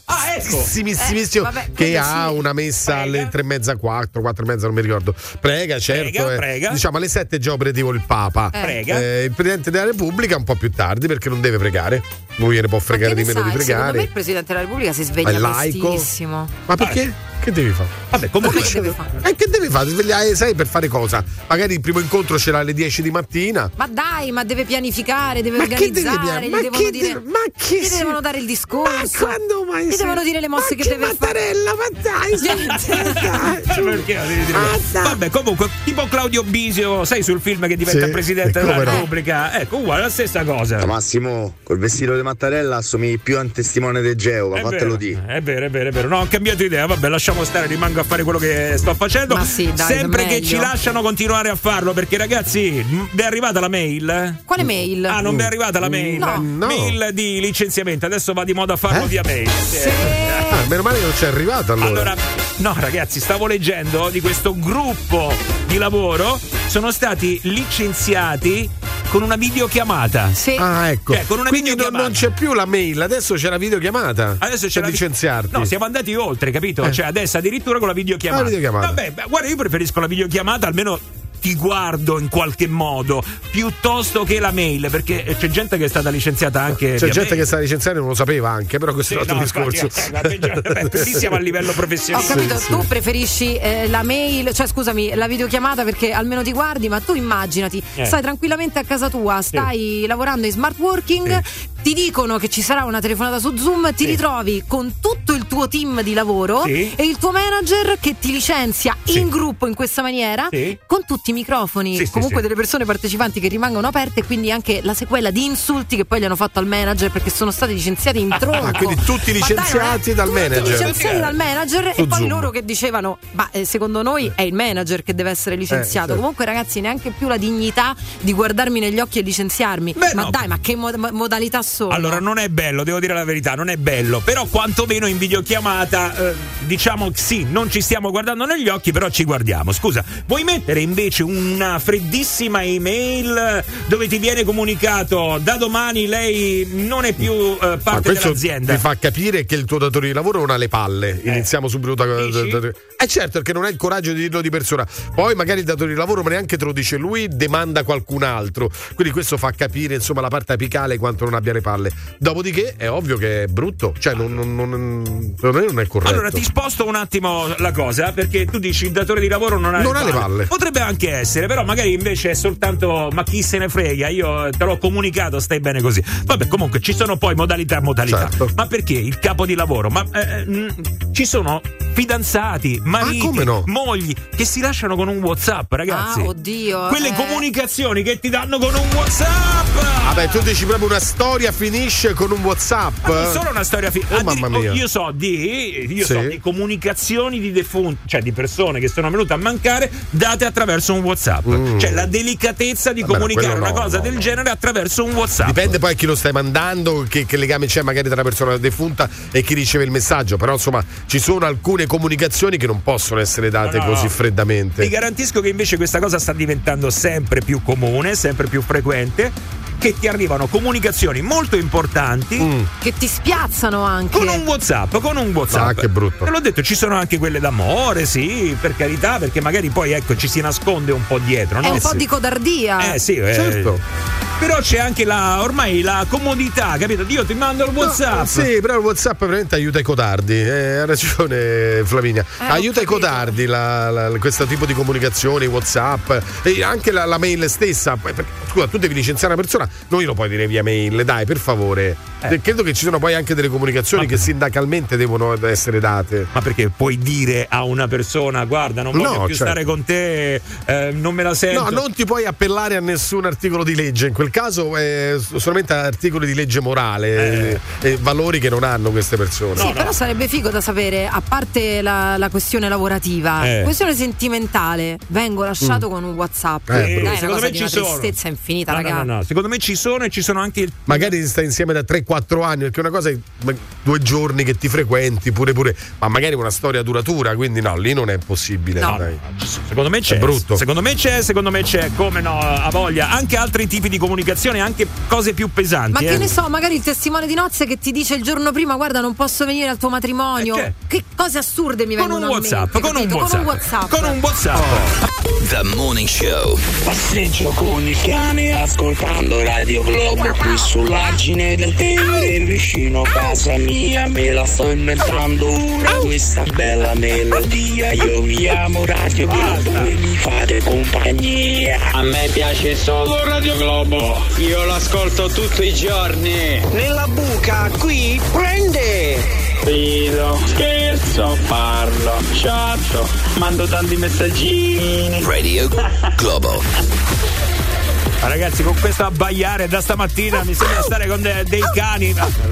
che ha una messa alle 3:30, 4:30, non mi ricordo. Prega, certo. Prega. Diciamo alle 7 è già operativo il Papa. Il Presidente della Repubblica un po' più tardi perché non deve pregare. Lui ne può fregare di meno di pregare. Secondo me il Presidente della Repubblica si sveglia prestissimo. Ma perché? Che devi fare? Vabbè, comunque che deve fare? Che devi fare? Svegliare alle 6 per fare cosa? Magari il primo incontro ce l'ha alle 10 di mattina. Ma dai, ma deve pianificare, deve organizzare, gli devono dare il discorso. Ma quando mai? Gli devono dire le mosse che deve fare. Ma dai, perché vabbè, comunque, tipo Claudio Bisio, sai, sul film che diventa presidente della Repubblica. Ecco, uguale la stessa cosa. Massimo, col vestito di Mattarella assomigli più a un testimone del Geova, fatelo dire. È vero. No, ho cambiato idea, vabbè, lasciamo stare, rimango a fare quello che sto facendo. Ma sì, dai, sempre che ci lasciano continuare a farlo, perché ragazzi, vi è arrivata la mail? Quale mail? Ah, non vi è arrivata la mail? No. Mail di licenziamento, adesso va di moda farlo via mail. Meno male che non c'è arrivata allora. No, ragazzi, stavo leggendo di questo gruppo di lavoro, sono stati licenziati con una videochiamata. Sì. Ah, ecco. Cioè, con una quindi non c'è più la mail, adesso c'è la videochiamata. Adesso c'è per licenziarti. No, siamo andati oltre, capito? Cioè, adesso addirittura con la videochiamata. Vabbè, guarda, io preferisco la videochiamata, almeno ti guardo in qualche modo, piuttosto che la mail, perché c'è gente che è stata licenziata anche. C'è gente che è stata licenziata e non lo sapeva anche, però questo è un altro discorso. Qui siamo a livello professionale. Ho capito, tu preferisci la mail, cioè scusami, la videochiamata perché almeno ti guardi, ma tu immaginati, stai tranquillamente a casa tua, stai lavorando in smart working, ti dicono che ci sarà una telefonata su Zoom, ti ritrovi con tutto il tuo team di lavoro e il tuo manager che ti licenzia in gruppo in questa maniera, con tutti i microfoni comunque delle persone partecipanti che rimangono aperte, e quindi anche la sequela di insulti che poi gli hanno fatto al manager perché sono stati licenziati in tronco. Quindi tutti licenziati dal manager. Licenziati dal manager Su e poi Zoom. loro che dicevano ma secondo noi è il manager che deve essere licenziato. Comunque ragazzi, neanche più la dignità di guardarmi negli occhi e licenziarmi. Ma che modalità sono? Allora non è bello, devo dire la verità, non è bello, però quantomeno in videochiamata diciamo sì, non ci stiamo guardando negli occhi, però ci guardiamo. Scusa, vuoi mettere invece una freddissima email dove ti viene comunicato da domani lei non è più parte dell'azienda? Ti fa capire che il tuo datore di lavoro non ha le palle. Iniziamo subito da certo, perché non hai il coraggio di dirlo di persona. Poi magari il datore di lavoro ma neanche te lo dice lui, demanda qualcun altro. Quindi questo fa capire insomma la parte apicale quanto non abbia le palle. Dopodiché è ovvio che è brutto, cioè non è corretto. Allora ti sposto un attimo la cosa, perché tu dici il datore di lavoro non ha le palle. Potrebbe anche essere, però magari invece è soltanto ma chi se ne frega, io te l'ho comunicato, stai bene così. Vabbè, comunque ci sono poi modalità. Certo. Ma perché il capo di lavoro? Ma ci sono fidanzati, mariti, mogli che si lasciano con un WhatsApp, ragazzi. Oddio. Quelle comunicazioni che ti danno con un WhatsApp. Vabbè, tu dici proprio una storia finisce con un WhatsApp. Ma non solo una storia mamma mia. Io so di comunicazioni di defunti, cioè di persone che sono venute a mancare date attraverso un WhatsApp. Cioè la delicatezza di comunicare una cosa del genere attraverso un WhatsApp. Dipende poi a chi lo stai mandando, che legame c'è magari tra la persona defunta e chi riceve il messaggio, però insomma ci sono alcune comunicazioni che non possono essere date così freddamente. Ti garantisco che invece questa cosa sta diventando sempre più comune, sempre più frequente, che ti arrivano comunicazioni molto importanti che ti spiazzano anche con un WhatsApp. Che brutto. Te l'ho detto, ci sono anche quelle d'amore, sì, per carità, perché magari poi ecco ci si nasconde un po' dietro, no? È un po' di codardia. Certo. Però c'è anche ormai la comodità, capito? Io ti mando il WhatsApp. Sì, però il WhatsApp veramente aiuta i codardi. Ha ragione Flaminia. Aiuta i codardi questo tipo di comunicazioni, WhatsApp e anche la mail stessa. Scusa, tu devi licenziare una persona, non glielo puoi dire via mail, dai, per favore. Credo che ci sono poi anche delle comunicazioni che sindacalmente devono essere date. Ma perché puoi dire a una persona guarda, non voglio più stare con te, non me la sento. No, non ti puoi appellare a nessun articolo di legge. In quel caso solamente articoli di legge morale e valori che non hanno queste persone. Sì, però sarebbe figo da sapere, a parte la questione lavorativa, questione sentimentale, vengo lasciato con un WhatsApp. Dai, secondo me ci sono. Tristezza infinita, ragazzi. No, secondo me ci sono, e ci sono anche magari stai insieme da 3-4 anni, perché una cosa è 2 giorni che ti frequenti, pure, ma magari una storia duratura, quindi no, lì non è possibile. No, dai. Secondo me c'è. È brutto. Secondo me c'è, come no, a voglia. Anche altri tipi di comunicazione, anche cose più pesanti. Ma che ne so, magari il testimone di nozze che ti dice il giorno prima guarda non posso venire al tuo matrimonio. Che cose assurde mi vengono a mente. Con un WhatsApp. The Morning Show. Passeggio con il cane ascoltando Radio Globo qui sull'argine del Tevere vicino a casa mia, me la sto inventando ora questa bella melodia. Io vi amo Radio Globo e mi fate compagnia. A me piace solo Radio Globo, io l'ascolto tutti i giorni. Nella buca qui prende. Rido, scherzo, parlo, chatto, mando tanti messaggini. Radio Globo. Ragazzi, con questo abbaiare da stamattina mi sembra stare con dei cani.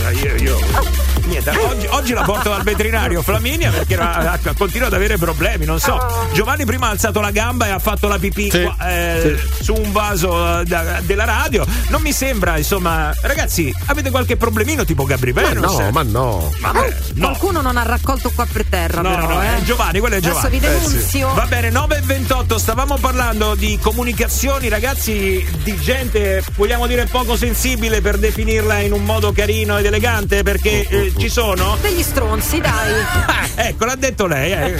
Niente, oggi la porto dal veterinario Flaminia perché continua ad avere problemi, non so. Giovanni prima ha alzato la gamba e ha fatto la pipì su un vaso della radio. Non mi sembra, insomma, ragazzi, avete qualche problemino tipo Gabri Venus? Ma no. Qualcuno non ha raccolto qua per terra, però. Giovanni, quello è Giovanni. Adesso vi denunzio. Va bene, 9:28, stavamo parlando di comunicazioni, ragazzi, di gente, vogliamo dire poco sensibile per definirla in un modo carino ed elegante, perché ci sono degli stronzi, dai. Ecco, l'ha detto lei,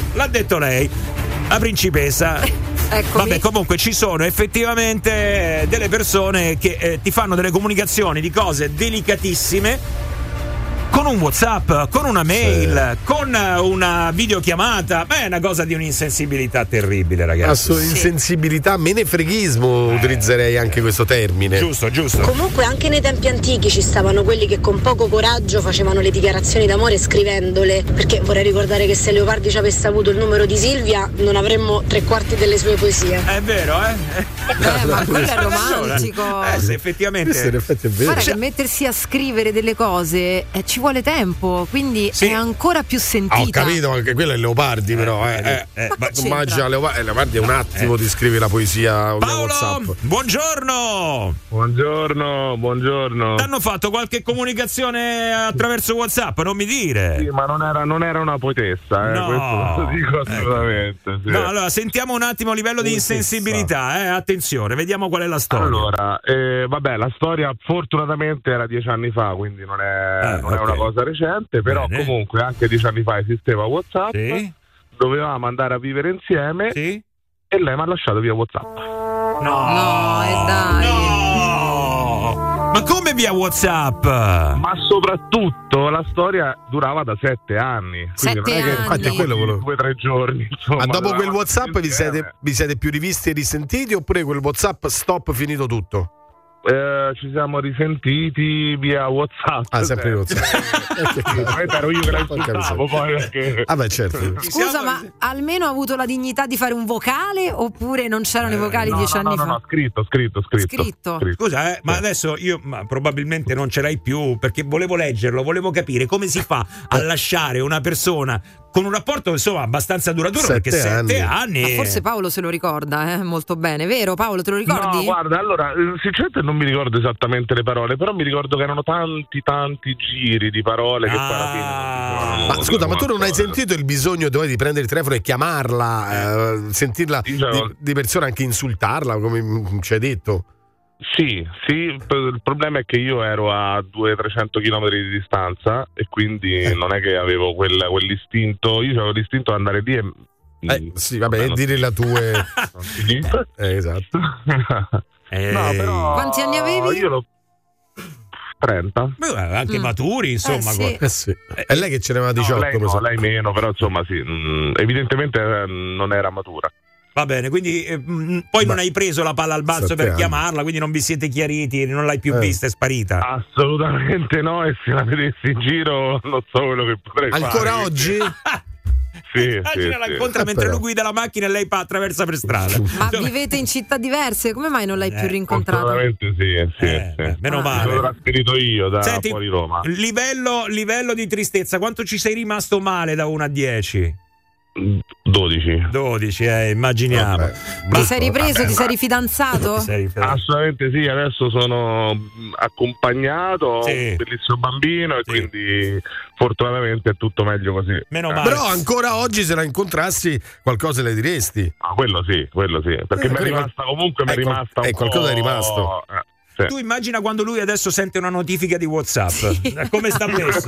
la principessa. Eccomi. Vabbè, comunque ci sono effettivamente delle persone che ti fanno delle comunicazioni di cose delicatissime con con un WhatsApp, con una mail, con una videochiamata. Beh, è una cosa di un'insensibilità terribile, ragazzi. Insensibilità, menefreghismo, utilizzerei anche questo termine. Giusto. Comunque anche nei tempi antichi ci stavano quelli che con poco coraggio facevano le dichiarazioni d'amore scrivendole, perché vorrei ricordare che se Leopardi ci avesse avuto il numero di Silvia non avremmo 3/4 delle sue poesie. È vero, ma quello è romantico. Sì, effettivamente. In effetti è vero. Guarda che mettersi a scrivere delle cose ci vuole tempo, quindi è ancora più sentita. Ho capito, anche quello è Leopardi, però. Ma immagina Leopardi è un attimo di scrivere la poesia via WhatsApp. Buongiorno. T'hanno fatto qualche comunicazione attraverso WhatsApp? Non mi dire. Sì, ma non era una poetessa, No. questo lo dico assolutamente. Sì. No, allora sentiamo un attimo a livello di insensibilità, attenzione, vediamo qual è la storia. Allora, vabbè, la storia fortunatamente era 10 anni fa, quindi non è una cosa recente, però comunque anche 10 anni fa esisteva WhatsApp, dovevamo andare a vivere insieme e lei mi ha lasciato via WhatsApp. Dai. Ma come via WhatsApp? Ma soprattutto la storia durava da 7 anni. Quindi non è che infatti è quello 2 o 3 giorni. Insomma, ma dopo quel WhatsApp vi insieme. siete più rivisti e risentiti, oppure quel WhatsApp stop finito tutto? Ci siamo risentiti via WhatsApp. Sempre WhatsApp. Ero io che la insultavo poi perché... certo. Scusa, ma almeno ha avuto la dignità di fare un vocale, oppure non c'erano i vocali 10 anni fa? No, scritto. Scusa, ma adesso io probabilmente non ce l'hai più, perché volevo leggerlo, volevo capire come si fa a lasciare una persona con un rapporto insomma abbastanza duraturo, perché 7 anni. Ma forse Paolo se lo ricorda molto bene, vero Paolo, te lo ricordi? No, guarda, allora sinceramente non mi ricordo esattamente le parole, però mi ricordo che erano tanti giri di parole che poi alla fine ma scusa, ma tu non hai sentito il bisogno di prendere il telefono e chiamarla, sentirla di persona, anche insultarla come ci hai detto? Sì, il problema è che io ero a 200-300 km di distanza e quindi non è che avevo quell'istinto, io avevo l'istinto di andare lì e dire la tua esatto. No, però quanti anni avevi? Io 30. Beh, anche maturi, insomma. Sì. È lei che ce ne aveva 18. Lei meno, però insomma sì, evidentemente non era matura. Va bene, quindi poi non hai preso la palla al balzo per chiamarla, quindi non vi siete chiariti, non l'hai più vista, è sparita. Assolutamente no, e se la vedessi in giro non so quello che potrei fare. Ancora oggi? Sì, la incontra mentre lui guida la macchina e lei attraversa per strada. Ma vivete in città diverse, come mai non l'hai più rincontrato? Assolutamente sì. Meno male. Mi sono trasferito io da fuori Roma. Livello di tristezza, quanto ci sei rimasto male da 1 a 10? 12, immaginiamo. Ti sei ripreso? Ti sei rifidanzato? Assolutamente sì, adesso sono accompagnato, ho un bellissimo bambino e quindi fortunatamente è tutto meglio così. Meno male. Però ancora oggi se la incontrassi qualcosa le diresti? Quello sì, perché mi è rimasta comunque, qualcosa è rimasto. Sì. Tu immagina quando lui adesso sente una notifica di WhatsApp, come sta messo?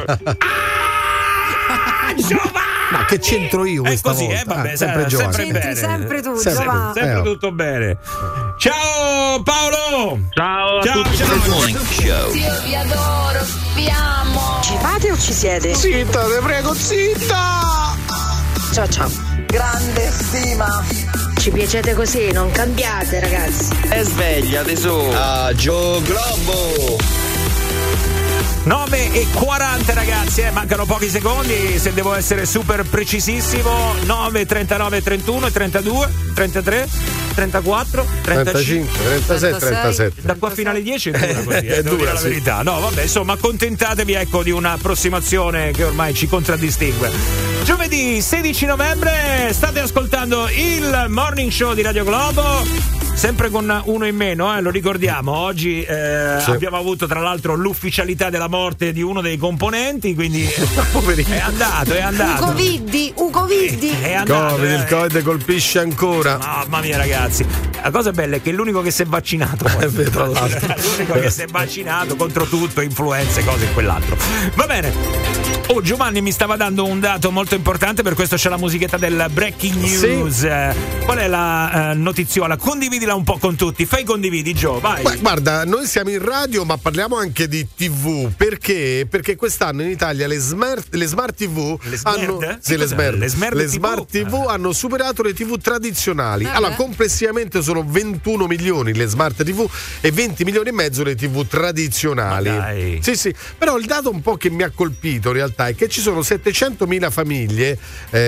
Giovanni! Ma che c'entro io questa così, volta? Vabbè, sempre bene. Sempre tu, sempre tutto bene. Ciao Paolo! Ciao a tutti. Io vi adoro, vi amo. Ci fate o ci siete? Zitta, te prego, zitta! Ciao. Grande stima. Ci piacete così, non cambiate ragazzi. E sveglia tesoro. A Gio Globo. 9:40 ragazzi, mancano pochi secondi, se devo essere super precisissimo. 9, 39, 31, 32, 33, 34, 35, 36, 37. Da qua fino alle 10 è dura così, è dura la verità. No, vabbè, insomma, accontentatevi di un'approssimazione che ormai ci contraddistingue. Giovedì 16 novembre state ascoltando il Morning Show di Radio Globo. Sempre con uno in meno, lo ricordiamo. Oggi abbiamo avuto tra l'altro l'ufficialità della morte di uno dei componenti, quindi è andato. Ugo Viddi. È andato. Il Covid colpisce ancora. Mamma mia ragazzi, la cosa bella è che è l'unico che si è vaccinato. Tra l'altro. L'unico che si è vaccinato contro tutto, influenze, cose e quell'altro. Va bene. Oh, Giovanni mi stava dando un dato molto importante, per questo c'è la musichetta del breaking news. Sì. Qual è la notiziola? Condividila un po' con tutti. Fai condividi, Gio, vai. Beh, guarda, noi siamo in radio, ma parliamo anche di TV. Perché? Perché quest'anno in Italia le smart TV le smart TV hanno superato le TV tradizionali. Allora, complessivamente sono 21 milioni le smart TV e 20 milioni e mezzo le TV tradizionali. Sì, però il dato un po' che mi ha colpito in realtà è che ci sono 700.000 famiglie,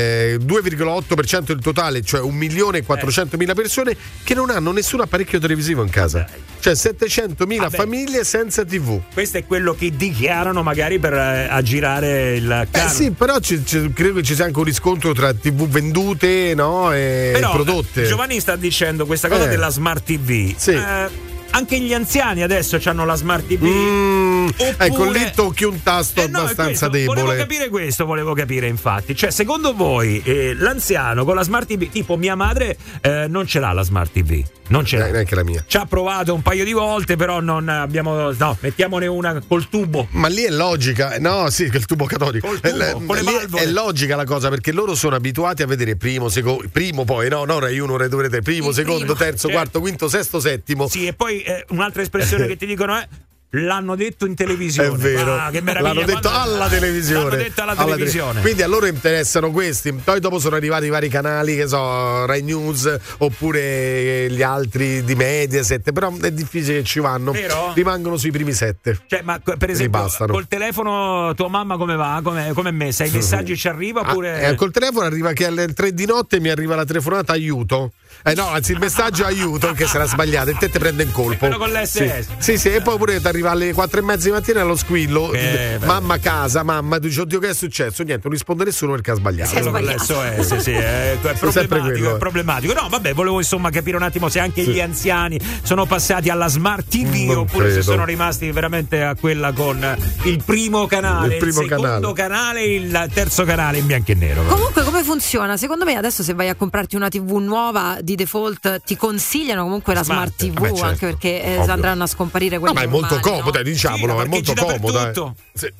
2,8% del totale, cioè 1.400.000 persone che non hanno nessun apparecchio televisivo in casa. Cioè 700.000 famiglie senza TV. Questo è quello che dichiarano magari per aggirare il carro. Sì, però credo che ci sia anche un riscontro tra TV vendute, no, e però, prodotte. Giovanni sta dicendo questa cosa della smart TV. Sì. Anche gli anziani adesso hanno la smart TV. Oppure... Ecco, lì tocchi un tasto abbastanza debole. Volevo capire infatti. Cioè, secondo voi l'anziano con la smart TV, tipo mia madre non ce l'ha la smart TV. Non ce l'ha. Neanche la mia. Ci ha provato un paio di volte, però non abbiamo. No, mettiamone una col tubo. Ma lì è logica. No, sì, che il tubo catodico. Col tubo, con le valvole. È logica la cosa, perché loro sono abituati a vedere primo, poi, no, Rai 1, Rai 2, primo, secondo, terzo, quarto, quinto, sesto, settimo. Sì, e poi un'altra espressione che ti dicono è: l'hanno detto in televisione. È vero, che meraviglia. L'hanno detto alla televisione. L'hanno detto alla televisione. Quindi a loro interessano questi. Poi dopo sono arrivati i vari canali, che so, Rai News oppure gli altri di Mediaset. Però è difficile che ci vanno. Vero? Rimangono sui primi 7. Cioè, ma per esempio, col telefono tua mamma come va? Come messa? I messaggi ci arriva oppure? Col telefono arriva che alle 3 di notte mi arriva la telefonata aiuto. No, anzi il messaggio aiuto, che sarà sbagliato e te prende in colpo. Quello con l'SS. Sì, e poi pure ti arriva alle 4:30 di mattina allo squillo. Mamma a casa, mamma, tu dici oddio che è successo? Niente, non risponde nessuno perché ha sbagliato. Quello con l'SOS, sì, è problematico. No, vabbè, volevo insomma capire un attimo se anche gli anziani sono passati alla smart TV oppure se sono rimasti veramente a quella con il primo canale, il secondo canale, il terzo canale in bianco e nero. Comunque come funziona? Secondo me adesso se vai a comprarti una TV nuova di default ti consigliano comunque la smart TV, certo, anche perché andranno a scomparire quelle. Ma è molto comoda, diciamolo, sì, è molto comoda. Sì.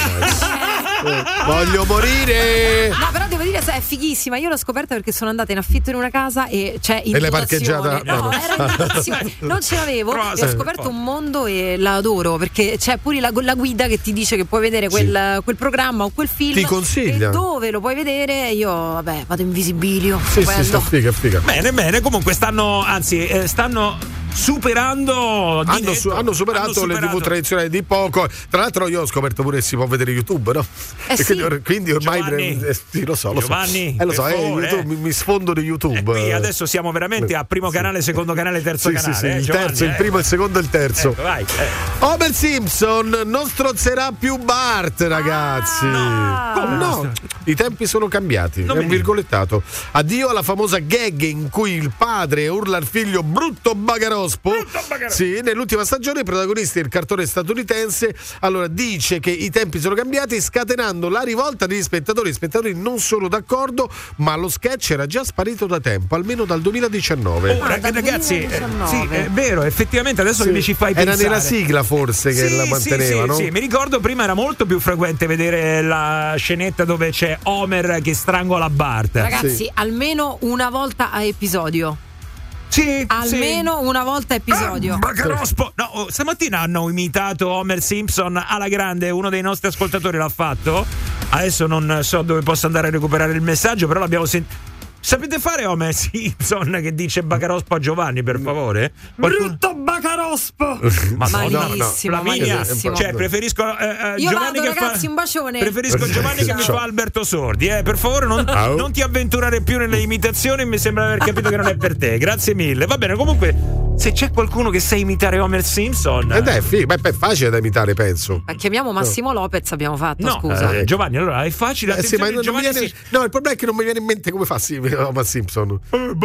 Voglio morire. No, però devo dire è fighissima. Io l'ho scoperta perché sono andata in affitto in una casa e c'è in e l'hai parcheggiata? No, era in dotazione. Non ce l'avevo e ho scoperto un mondo e la adoro, perché c'è pure la guida che ti dice che puoi vedere quel programma o quel film. Ti consiglia. E dove lo puoi vedere? Io vado in Visibilio. Sì, figa. Bene, comunque stanno superando hanno superato le TV tradizionali di poco. Tra l'altro io ho scoperto pure che si può vedere YouTube, no? Quindi ormai lo so. YouTube, mi sfondo di YouTube. Qui adesso siamo veramente a primo canale, secondo canale, terzo canale. Sì, il terzo, il primo, il secondo e il terzo. Vai. Homer Simpson non strozzerà più Bart, ragazzi. No, i tempi sono cambiati. È un virgolettato. Addio alla famosa gag in cui il padre urla al figlio brutto bagarospo. Sì, nell'ultima stagione il protagonista del cartone statunitense dice che i tempi sono cambiati, scatenando la rivolta degli spettatori. Gli spettatori non sono d'accordo, ma lo sketch era già sparito da tempo, almeno dal 2019. Ragazzi, sì, è vero, effettivamente adesso che mi ci fai pensare. Era nella sigla forse che la manteneva, no? Sì, mi ricordo prima era molto più frequente vedere la scenetta dove c'è Homer che strangola Bart. Ragazzi, almeno una volta a episodio. Sì, almeno una volta episodio. No, stamattina hanno imitato Homer Simpson alla grande, uno dei nostri ascoltatori l'ha fatto. Adesso non so dove posso andare a recuperare il messaggio, però l'abbiamo sentito. Sapete fare Homer Simpson che dice bacarospo a Giovanni, per favore? Brutto bacarospo! Malissimo. Cioè, preferisco io Giovanni vado, ragazzi, un bacione. Preferisco Giovanni che mi fa Alberto Sordi, per favore non ti avventurare più nelle imitazioni, mi sembra aver capito che non è per te. Grazie mille. Va bene, comunque se c'è qualcuno che sa imitare Homer Simpson è facile da imitare, penso. Ma chiamiamo Massimo Lopez, abbiamo fatto, scusa. Giovanni, allora è facile. Ma no, il problema è che non mi viene in mente come fa Homer Simpson.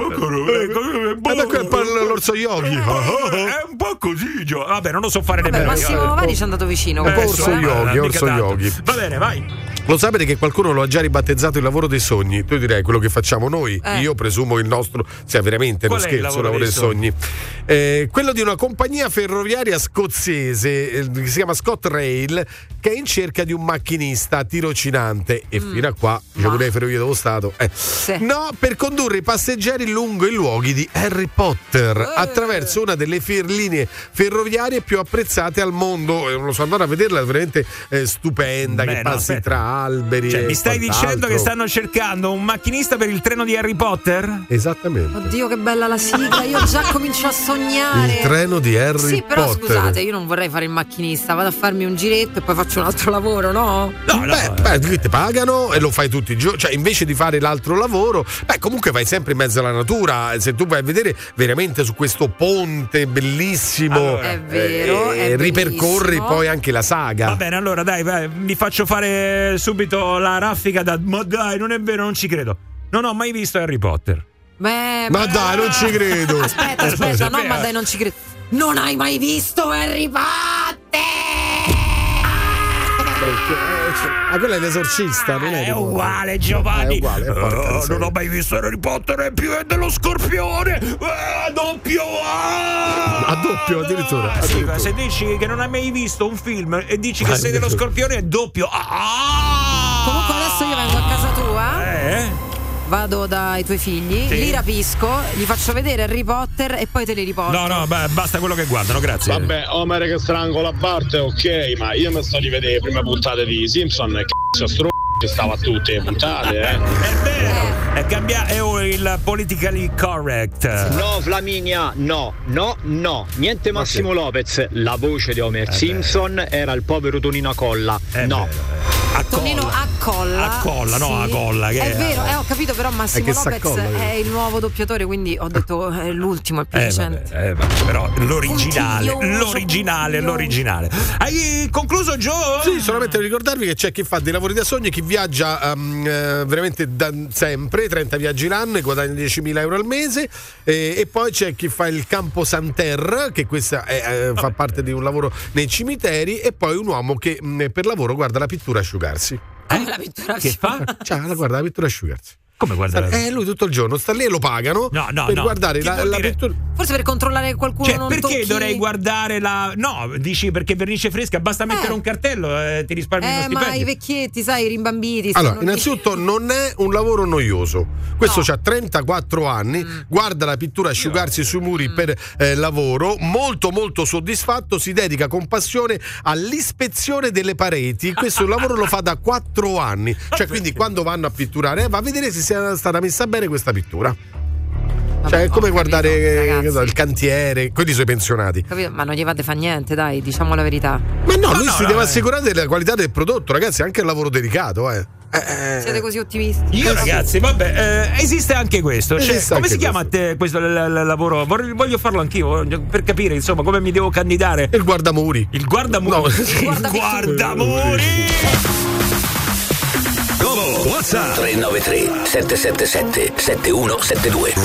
L'orso Yogi. È un po' così, vabbè, non lo so fare nemmeno. Massimo Vari ci è andato vicino. Orso Yogi. Va bene, vai. Lo sapete che qualcuno lo ha già ribattezzato il lavoro dei sogni? Tu direi quello che facciamo noi. Io presumo il nostro sia veramente uno scherzo, il lavoro dei sogni. Quello di una compagnia ferroviaria scozzese che si chiama ScotRail, che è in cerca di un macchinista tirocinante. E fino a qua, diciamo pure le ferrovie dello Stato. No, per condurre i passeggeri lungo i luoghi di Harry Potter attraverso una delle linee ferroviarie più apprezzate al mondo. Non lo so, andare a vederla, è veramente stupenda. Che passi tra alberi. Cioè, mi stai dicendo che stanno cercando un macchinista per il treno di Harry Potter? Esattamente. Oddio, che bella la sigla, io già comincio a sognare. Il treno di Harry Potter. Sì, però scusate, io non vorrei fare il macchinista, vado a farmi un giretto e poi faccio un altro lavoro, no? Beh, ti pagano e lo fai tutti i giorni, cioè invece di fare l'altro lavoro, comunque vai sempre in mezzo alla natura. Se tu vai a vedere veramente su questo ponte bellissimo, è vero, ripercorri poi anche la saga. Va bene, allora dai, mi faccio fare subito la raffica ma dai, non è vero, non ci credo. Non ho mai visto Harry Potter. Ma dai, non ci credo. Aspetta, no, ma dai, non ci credo. Non hai mai visto Harry Potter? Quello è l'esorcista, non è uguale, Giovanni. È uguale, non ho mai visto Harry Potter, è più dello Scorpione. Doppio. A doppio addirittura. Sì, se dici che non hai mai visto un film e dici che sei dello Scorpione, è doppio. Comunque adesso io vengo a casa tua. Vado dai tuoi figli, li rapisco, gli faccio vedere Harry Potter e poi te li riporto. No, basta quello che guardano, grazie. Vabbè, Homer che strangola Bart, ok, ma io mi sto di vedere le prime puntate di Simpson e che stava a tutte le puntate, È vero, è il politically correct. No, Flaminia, no, niente Massimo Lopez, la voce di Homer Simpson era il povero Tonino Acolla, Tonino Accolla, no, Acolla. È vero, ho capito, però Massimo Lopez è il nuovo doppiatore, quindi ho detto è l'ultimo, è più recente. Però l'originale. Hai concluso, Joe? Sì, solamente ricordarvi che c'è chi fa dei lavori da sogno e chi viaggia veramente da sempre, 30 viaggi l'anno e guadagna 10.000 euro al mese, e poi c'è chi fa il Campo Santer, che questa fa parte di un lavoro nei cimiteri, e poi un uomo che per lavoro guarda la pittura asciugarsi. La pittura che fa? Guarda la pittura asciugarsi. Come guardare? Lui tutto il giorno sta lì e lo pagano per guardare la pittura. Forse per controllare che qualcuno non perché tocchi. dovrei guardare no, dici perché vernice fresca, basta mettere un cartello, ti risparmi uno stipendio. Ma i vecchietti, sai, i rimbambiti. Allora, innanzitutto non è un lavoro noioso. Questo c'ha 34 anni, guarda la pittura asciugarsi sui muri per lavoro, molto molto soddisfatto, si dedica con passione all'ispezione delle pareti. Questo lavoro lo fa da 4 anni. Cioè, quindi quando vanno a pitturare va a vedere se sia stata messa bene questa pittura. Cioè, è come guardare il cantiere, quelli sono i pensionati. Capito? Ma non gli fate fa niente, dai, diciamo la verità. Ma no, lui si deve assicurare della qualità del prodotto, ragazzi, è anche un lavoro delicato, Siete così ottimisti? Io, ragazzi, vabbè, esiste anche questo. Come si chiama a te questo lavoro? Voglio farlo anch'io per capire, insomma, come mi devo candidare. Il guardamuri. Il guardamuri. Il guardamuri. WhatsApp 393 777 7172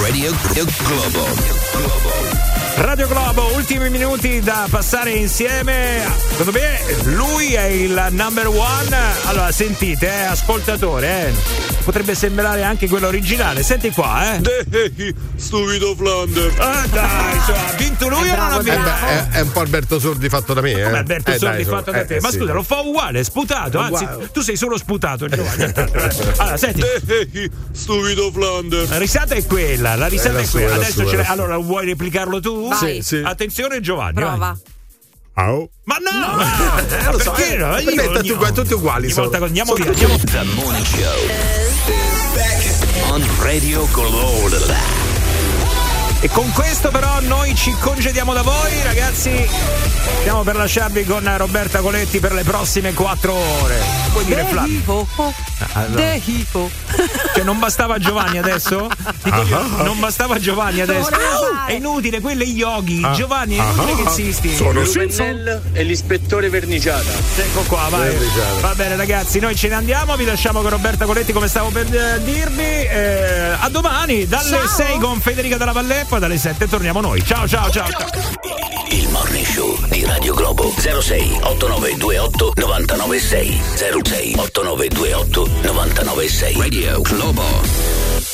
Radio Globo, ultimi minuti da passare insieme. Secondo me lui è il number one. Allora sentite, ascoltatore, potrebbe sembrare anche quello originale. Senti qua, stupido Flanders. Dai, ha vinto lui o non ha vinto? È un po' Alberto Sordi fatto da me. Come Alberto Sordi fatto da te? Ma scusa, lo fa uguale, sputato. Anzi, tu sei solo sputato, Giovanni. Allora, senti. Stupido Flanders. La risata è quella, Adesso allora vuoi replicarlo tu? Sì. Attenzione, Giovanni. Prova. Oh. Ma no! Non lo so, perché tutti uguali sono. Andiamo via, andiamo. The Morning Show is back on Radio Globo. E con questo però noi ci congediamo da voi, ragazzi. Stiamo per lasciarvi con Roberta Coletti per le prossime 4 ore. Puoi dire Flavio? Cioè non bastava Giovanni adesso? Non bastava Giovanni adesso? È inutile, quello è Yogi. Giovanni, è inutile che insisti. Sono Simpson e l'ispettore verniciata. Ecco qua, vai. Va bene ragazzi, noi ce ne andiamo. Vi lasciamo con Roberta Coletti, come stavo per dirvi. A domani dalle 6 con Federica Della Valle. Poi dalle 7 torniamo noi. Ciao. Il Morning Show di Radio Globo. 06 8928 996 06 8928 996 Radio Globo.